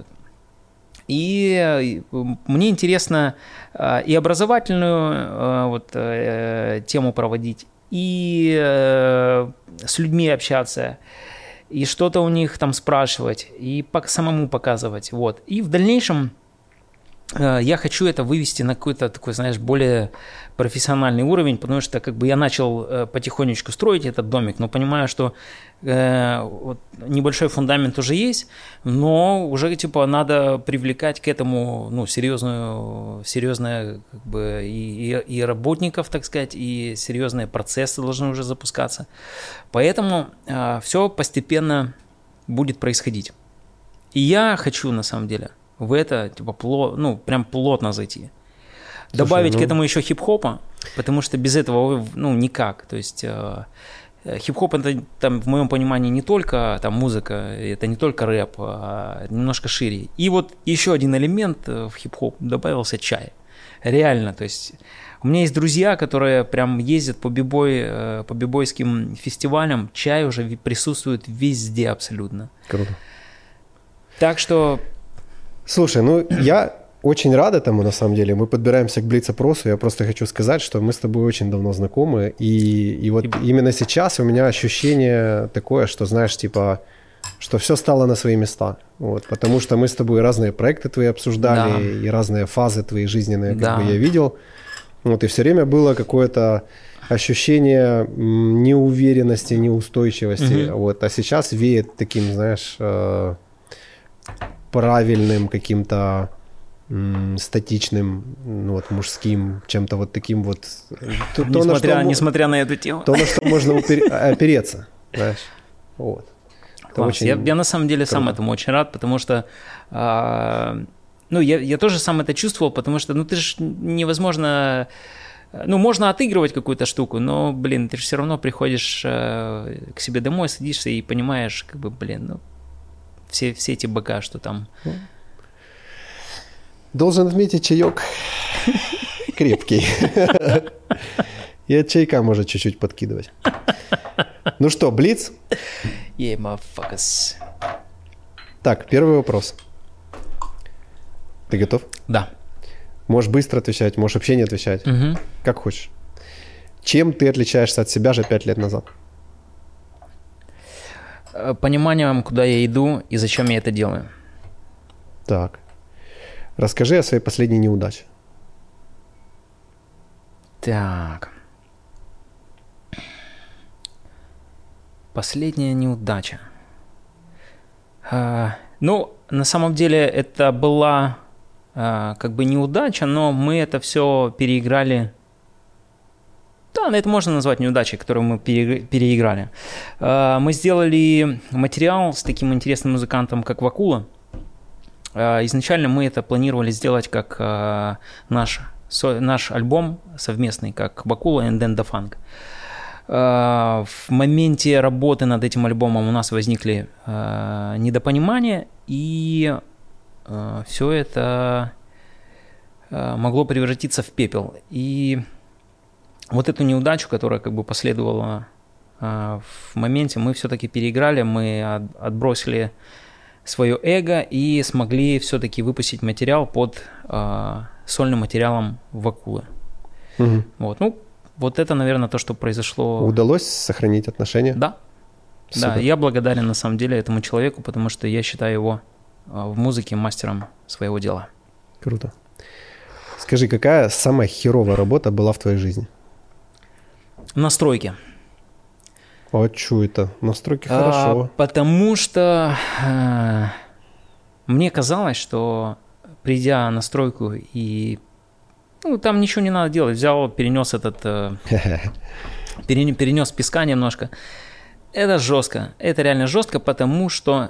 И мне интересно и образовательную вот, тему проводить, и с людьми общаться, и что-то у них там спрашивать, и самому показывать. Вот. И в дальнейшем я хочу это вывести на какой-то такой, знаешь, более профессиональный уровень, потому что как бы я начал потихонечку строить этот домик, но понимаю, что вот, небольшой фундамент уже есть, но уже типа надо привлекать к этому, ну, серьезные как бы и работников, так сказать, и серьезные процессы должны уже запускаться. Поэтому все постепенно будет происходить. И я хочу на самом деле в это типа прям плотно зайти. Слушай, добавить к этому еще хип-хопа, потому что без этого, ну, никак. То есть хип-хоп это там, в моем понимании, не только там музыка, это не только рэп, а немножко шире. И вот еще один элемент в хип-хоп добавился чай. Реально, то есть у меня есть друзья, которые прям ездят по бибойским фестивалям, чай уже присутствует везде абсолютно. Круто. Так что... Слушай, ну я очень рад этому, на самом деле. Мы подбираемся к блиц-опросу. Я просто хочу сказать, что мы с тобой очень давно знакомы. И вот именно сейчас у меня ощущение такое, что, знаешь, типа, что все стало на свои места. Вот, потому что мы с тобой разные проекты твои обсуждали, да, и разные фазы твои жизненные, как бы я видел. Вот, и все время было какое-то ощущение неуверенности, неустойчивости. Вот, а сейчас веет таким, знаешь... правильным, каким-то статичным, ну, вот, мужским, чем-то вот таким вот. Несмотря на эту тему. То, на что можно опереться, знаешь. Вот. Я на самом деле сам этому очень рад, потому что ну, я тоже сам это чувствовал, потому что, ну, ты же невозможно... Ну, можно отыгрывать какую-то штуку, но, блин, ты же все равно приходишь к себе домой, садишься и понимаешь, как бы, блин, ну, все эти бока, что там. Должен отметить, чаек крепкий. И от чайка может чуть-чуть подкидывать. Ну что, блиц? Yeah, motherfuckers. Так, первый вопрос. Ты готов? Да. Можешь быстро отвечать, можешь вообще не отвечать. Угу. Как хочешь. Чем ты отличаешься от себя же 5 лет назад? Пониманием, куда я иду и зачем я это делаю. Так. Расскажи о своей последней неудаче. Так. Последняя неудача. Ну, на самом деле это была как бы неудача, но мы это все переиграли. Да, это можно назвать неудачей, которую мы переиграли. Мы сделали материал с таким интересным музыкантом, как Вакула. Изначально мы это планировали сделать как наш альбом совместный, как Вакула and then the Funk. В моменте работы над этим альбомом у нас возникли недопонимания, и все это могло превратиться в пепел. И вот эту неудачу, которая как бы последовала в моменте, мы все-таки переиграли, мы отбросили свое эго и смогли все-таки выпустить материал под сольным материалом Вакулы. Угу. Вот, ну, вот это, наверное, то, что произошло. Удалось сохранить отношения? Да. Супер. Да, я благодарен на самом деле этому человеку, потому что я считаю его в музыке мастером своего дела. Круто. Скажи, какая самая херовая работа была в твоей жизни? Настройки. А что это? Настройки хорошо. Потому что мне казалось, что придя на стройку и там ничего не надо делать, взял, перенес перенес песка немножко. Это жестко, это реально жестко, потому что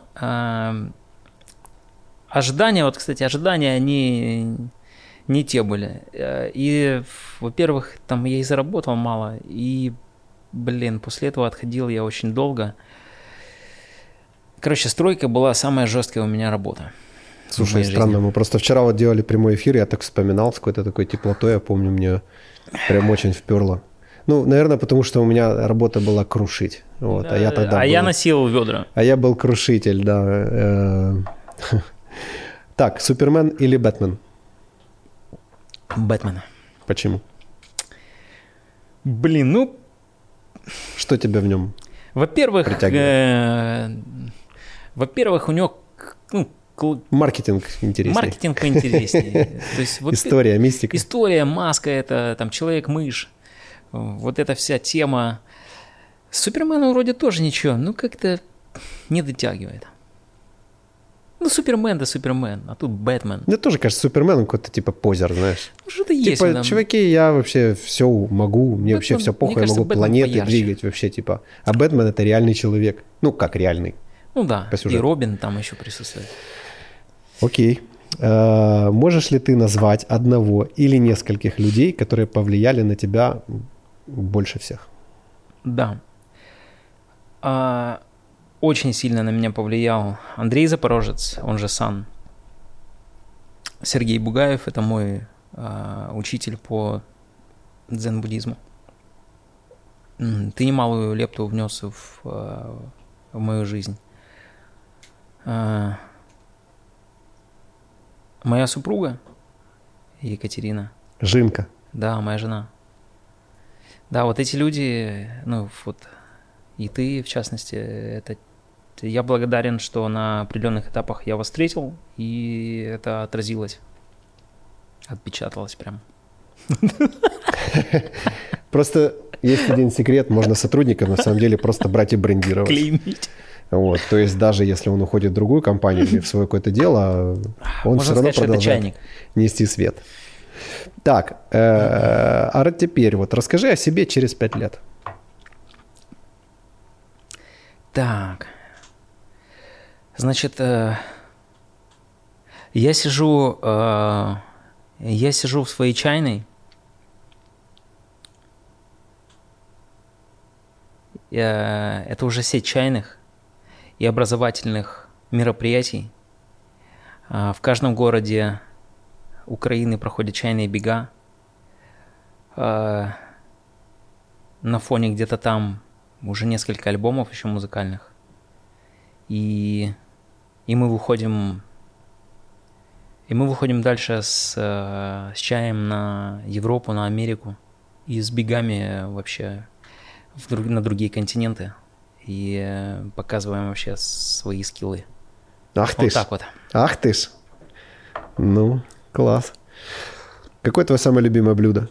ожидания, они не те были. И, во-первых, там я и заработал мало, и, после этого отходил я очень долго. Короче, стройка была самая жесткая у меня работа. Слушай, странно, мы просто вчера вот делали прямой эфир, я так вспоминал с какой-то такой теплотой, я помню, мне прям очень вперло. Наверное, потому что у меня работа была крушить. Вот, да, я носил ведра. А я был крушитель, да. Так, Супермен или Бэтмен? Бэтмен. Почему? Что тебя в нем притягивает? Во-первых, у него... маркетинг интереснее. Маркетинг поинтереснее. То есть, история, мистика. История, маска, это там человек-мышь. Вот эта вся тема. Супермену вроде тоже ничего, как-то не дотягивает. Супермен да Супермен, а тут Бэтмен. Мне тоже кажется, Супермен какой-то типа позер, знаешь. Что-то есть. Типа, чуваки, я вообще все могу, мне вообще все похуй, я могу планеты двигать вообще, типа. А Бэтмен — это реальный человек. Как реальный. Да, и Робин там еще присутствует. Окей. Можешь ли ты назвать одного или нескольких людей, которые повлияли на тебя больше всех? Да. Очень сильно на меня повлиял Андрей Запорожец, он же Сан. Сергей Бугаев — это мой учитель по дзен-буддизму. Ты немалую лепту внес в мою жизнь. Моя супруга Екатерина. Жинка. Да, моя жена. Да, вот эти люди, и ты, в частности, я благодарен, что на определенных этапах я вас встретил, и это отразилось, отпечаталось прям. Просто есть один секрет, можно сотрудника на самом деле просто брать и брендировать. Клеймить. Вот, то есть даже если он уходит в другую компанию или в свое какое-то дело, он все равно продолжает нести свет. Так, а теперь расскажи о себе через 5 лет. Так, значит, я сижу в своей чайной. Это уже сеть чайных и образовательных мероприятий. В каждом городе Украины проходят чайные бега. На фоне где-то там уже несколько альбомов еще музыкальных. И мы выходим дальше с чаем на Европу, на Америку и с бегами вообще на другие континенты. И показываем вообще свои скиллы. Ах ты ж. Так вот. Ах ты ж. Класс. Какое твое самое любимое блюдо?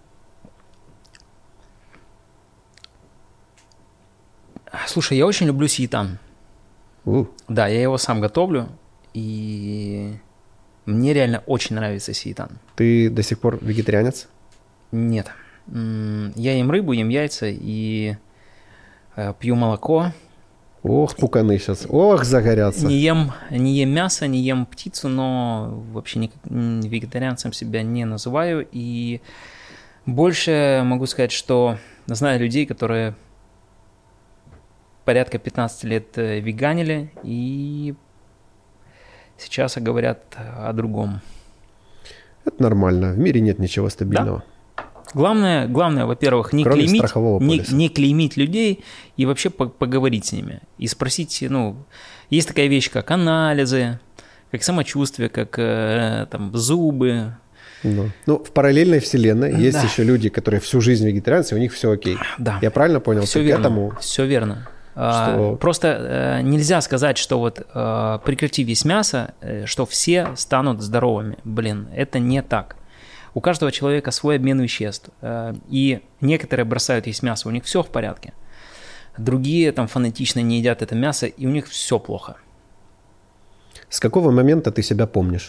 Слушай, я очень люблю сеитан. Да, я его сам готовлю, и мне реально очень нравится сеитан. Ты до сих пор вегетарианец? Нет. Я ем рыбу, ем яйца и пью молоко. Ох, пуканы сейчас. Ох, загорятся. Не ем мясо, не ем птицу, но вообще вегетарианцем себя не называю. И больше могу сказать, что знаю людей, которые порядка 15 лет веганили и сейчас говорят о другом. Это нормально. В мире нет ничего стабильного. Да? Главное, во-первых, не клеймить людей и вообще поговорить с ними. И спросить, есть такая вещь, как анализы, как самочувствие, как зубы. В параллельной вселенной есть еще люди, которые всю жизнь вегетарианцы, у них все окей. Да. Я правильно понял? Все верно. Все верно. Что... Просто нельзя сказать, что прекратив есть мясо, что все станут здоровыми. Это не так. У каждого человека свой обмен веществ. И некоторые бросают есть мясо, у них все в порядке. Другие там фанатично не едят это мясо, и у них все плохо. С какого момента ты себя помнишь?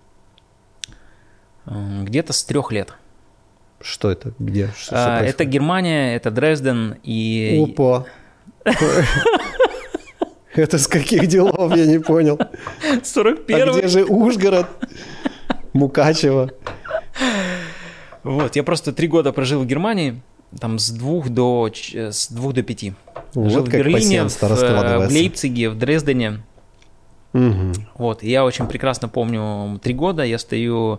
Где-то с 3 лет. Что это? Где? Что это Германия, это Дрезден и... Опа! Это с каких делов, я не понял. 41-й. А где же Ужгород? Мукачево? Вот, я просто 3 года прожил в Германии, там с 2 до 5. Вот жил в как Берлине, раскладывается. в Лейпциге, в Дрездене. Угу. Вот, я очень прекрасно помню 3 года, я стою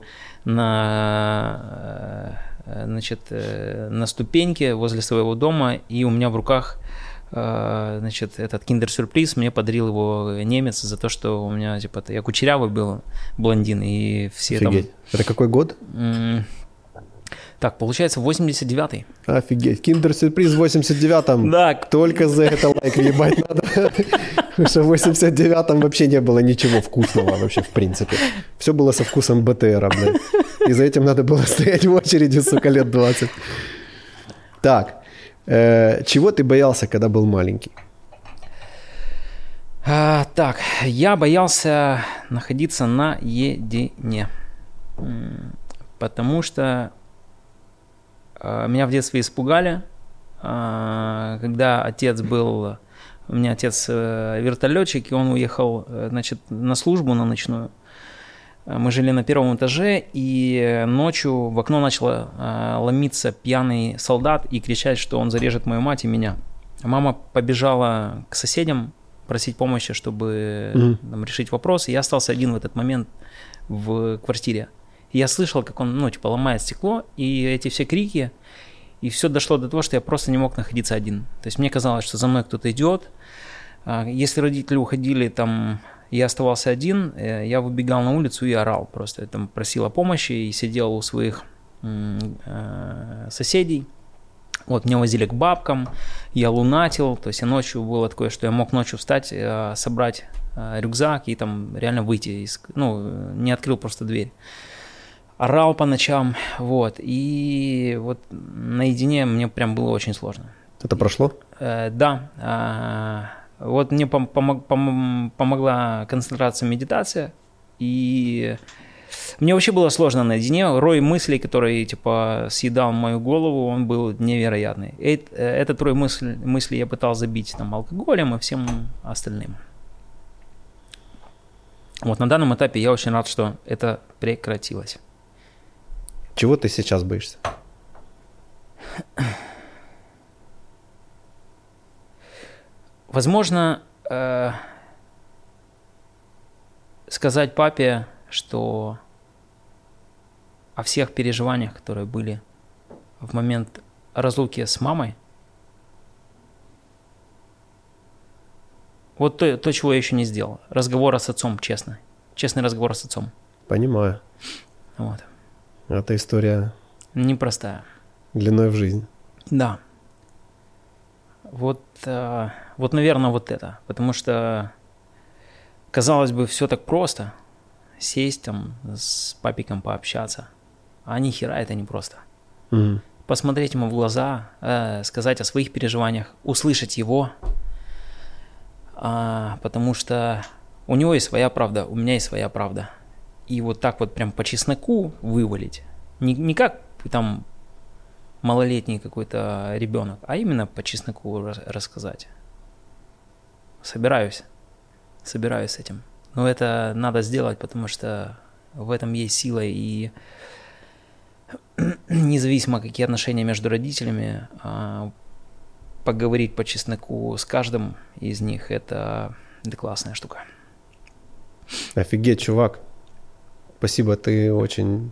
на ступеньке возле своего дома, и у меня в руках, этот киндер-сюрприз, мне подарил его немец за то, что у меня, типа, я кучерявый был, блондин, и все Офигеть. Это какой год? Так, получается, 89-й. Офигеть. Киндер-сюрприз в 89-м. Да. Только за это лайк ебать надо. Потому что в 89-м вообще не было ничего вкусного вообще, в принципе. Все было со вкусом БТРа, блядь. И за этим надо было стоять в очереди, сука, лет 20. Так. Чего ты боялся, когда был маленький? Так, я боялся находиться наедине. Потому что меня в детстве испугали, когда отец был... У меня отец вертолетчик, и он уехал, на службу на ночную. Мы жили на 1 этаже, и ночью в окно начал ломиться пьяный солдат и кричать, что он зарежет мою мать и меня. Мама побежала к соседям просить помощи, чтобы решить вопрос, и я остался один в этот момент в квартире. И я слышал, как он, ломает стекло, и эти все крики, и все дошло до того, что я просто не мог находиться один. То есть мне казалось, что за мной кто-то идет. Если родители уходили, я оставался один, я выбегал на улицу и орал просто. Я просил о помощи и сидел у своих соседей. Вот, меня возили к бабкам, я лунатил, то есть я ночью было такое, что я мог ночью встать, собрать рюкзак и реально выйти, не открыл просто дверь. Орал по ночам, вот, и вот наедине мне прям было очень сложно. Это прошло? Да, вот мне помогла концентрация, медитация, и мне вообще было сложно наедине. Рой мыслей, который, съедал мою голову, он был невероятный. Этот рой мыслей я пытался забить алкоголем и всем остальным. Вот на данном этапе я очень рад, что это прекратилось. Чего ты сейчас боишься? Возможно, сказать папе, что о всех переживаниях, которые были в момент разлуки с мамой, вот то, чего я еще не сделал. Разговор с отцом, честно. Честный разговор с отцом. Понимаю. Вот. Это история... Непростая. Длиной в жизнь. Да. Вот, наверное, вот это. Потому что, казалось бы, все так просто. Сесть с папиком пообщаться. А ни хера это не просто. Mm. Посмотреть ему в глаза, сказать о своих переживаниях, услышать его. Потому что у него есть своя правда, у меня есть своя правда. И вот так вот прям по чесноку вывалить. Не как малолетний какой-то ребенок, а именно по чесноку рассказать. Собираюсь с этим. Но это надо сделать, потому что в этом есть сила, и независимо какие отношения между родителями, поговорить по чесноку с каждым из них – это классная штука. Офигеть, чувак. Спасибо, ты очень...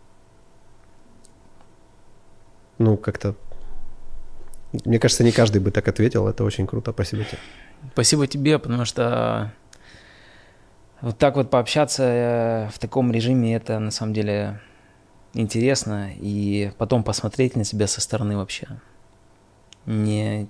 как-то... Мне кажется, не каждый бы так ответил. Это очень круто. Спасибо тебе. Спасибо тебе, потому что вот так вот пообщаться в таком режиме, это на самом деле интересно. И потом посмотреть на себя со стороны вообще. Не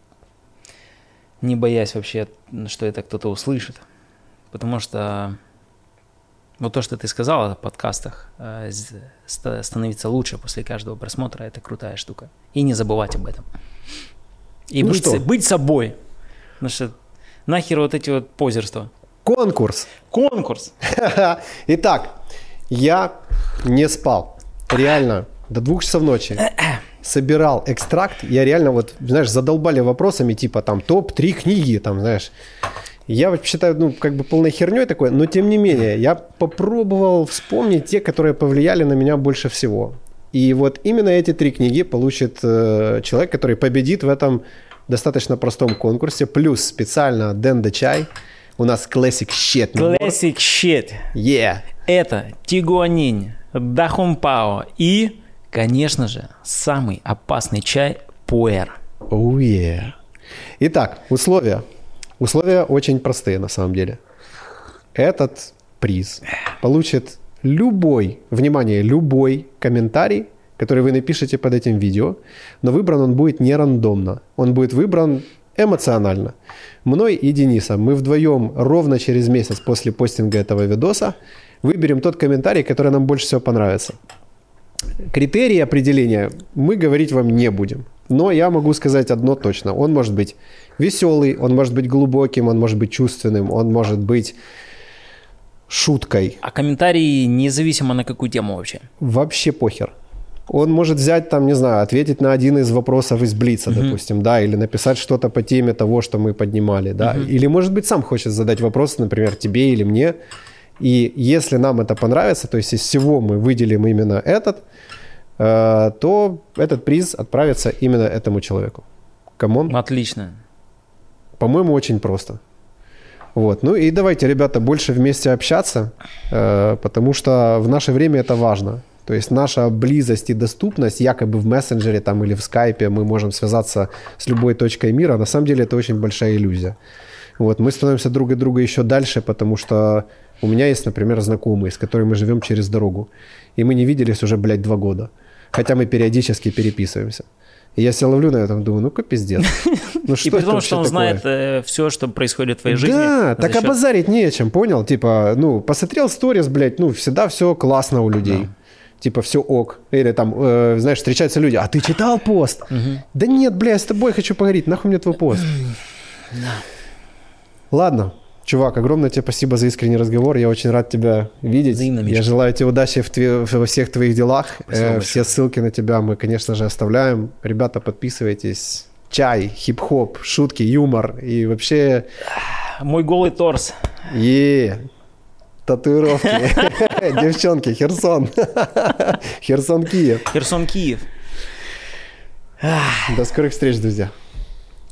боясь вообще, что это кто-то услышит. Потому что Вот то, что ты сказал о подкастах, становиться лучше после каждого просмотра, это крутая штука. И не забывать об этом. И быть собой. Потому что нахер вот эти вот позерства. Конкурс. Итак, я не спал. Реально, до 2 часов ночи. Собирал экстракт. Я реально вот, знаешь, задолбали вопросами, типа там топ-3 книги, там, знаешь. Я считаю, ну, как бы полной херней такой, но тем не менее, я попробовал вспомнить те, которые повлияли на меня больше всего. И вот именно эти 3 книги получит человек, который победит в этом достаточно простом конкурсе. Плюс специально Дэн Дачай. У нас Classic Shit. Classic Shit. Yeah. Это Тигуанин, Дахунпао и, конечно же, самый опасный чай Пуэр. Oh yeah. Итак, условия. Условия очень простые на самом деле. Этот приз получит любой комментарий, который вы напишете под этим видео, но выбран он будет не рандомно. Он будет выбран эмоционально. Мной и Денисом мы вдвоем ровно через месяц после постинга этого видоса выберем тот комментарий, который нам больше всего понравится. Критерии определения мы говорить вам не будем. Но я могу сказать одно точно. Он может быть веселый, он может быть глубоким, он может быть чувственным, он может быть шуткой. А комментарии независимо на какую тему вообще? Вообще похер. Он может взять, там, не знаю, ответить на один из вопросов из Блица, допустим, да, или написать что-то по теме того, что мы поднимали, да. Или, может быть, сам хочет задать вопрос, например, тебе или мне. И если нам это понравится, то есть из всего мы выделим именно этот, то этот приз отправится именно этому человеку. Камон. Отлично. По-моему, очень просто. Вот. Ну и давайте, ребята, больше вместе общаться, потому что в наше время это важно. То есть наша близость и доступность, якобы в мессенджере там, или в скайпе мы можем связаться с любой точкой мира, на самом деле это очень большая иллюзия. Вот. Мы становимся друг от друга еще дальше, потому что у меня есть, например, знакомые, с которыми мы живем через дорогу, и мы не виделись уже, 2 года, хотя мы периодически переписываемся. И я себя ловлю на этом, думаю, ну-ка пиздец. Ну, и потому что он знает все, что происходит в твоей жизни. Да, так обозарить не о чем, понял? Типа, ну, посмотрел сторис, всегда все классно у людей. Да. Типа, все ок. Или там, знаешь, встречаются люди, а ты читал пост? Да нет, я с тобой хочу поговорить, нахуй мне твой пост? Ладно, чувак, огромное тебе спасибо за искренний разговор, я очень рад тебя видеть. Взаимно, Миша. Я желаю тебе удачи во всех твоих делах. Все ссылки на тебя мы, конечно же, оставляем. Ребята, подписывайтесь. Чай, хип-хоп, шутки, юмор и вообще... Мой голый торс. Татуировки. Девчонки, Херсон. Херсон, Киев. Херсон, Киев. До скорых встреч, друзья.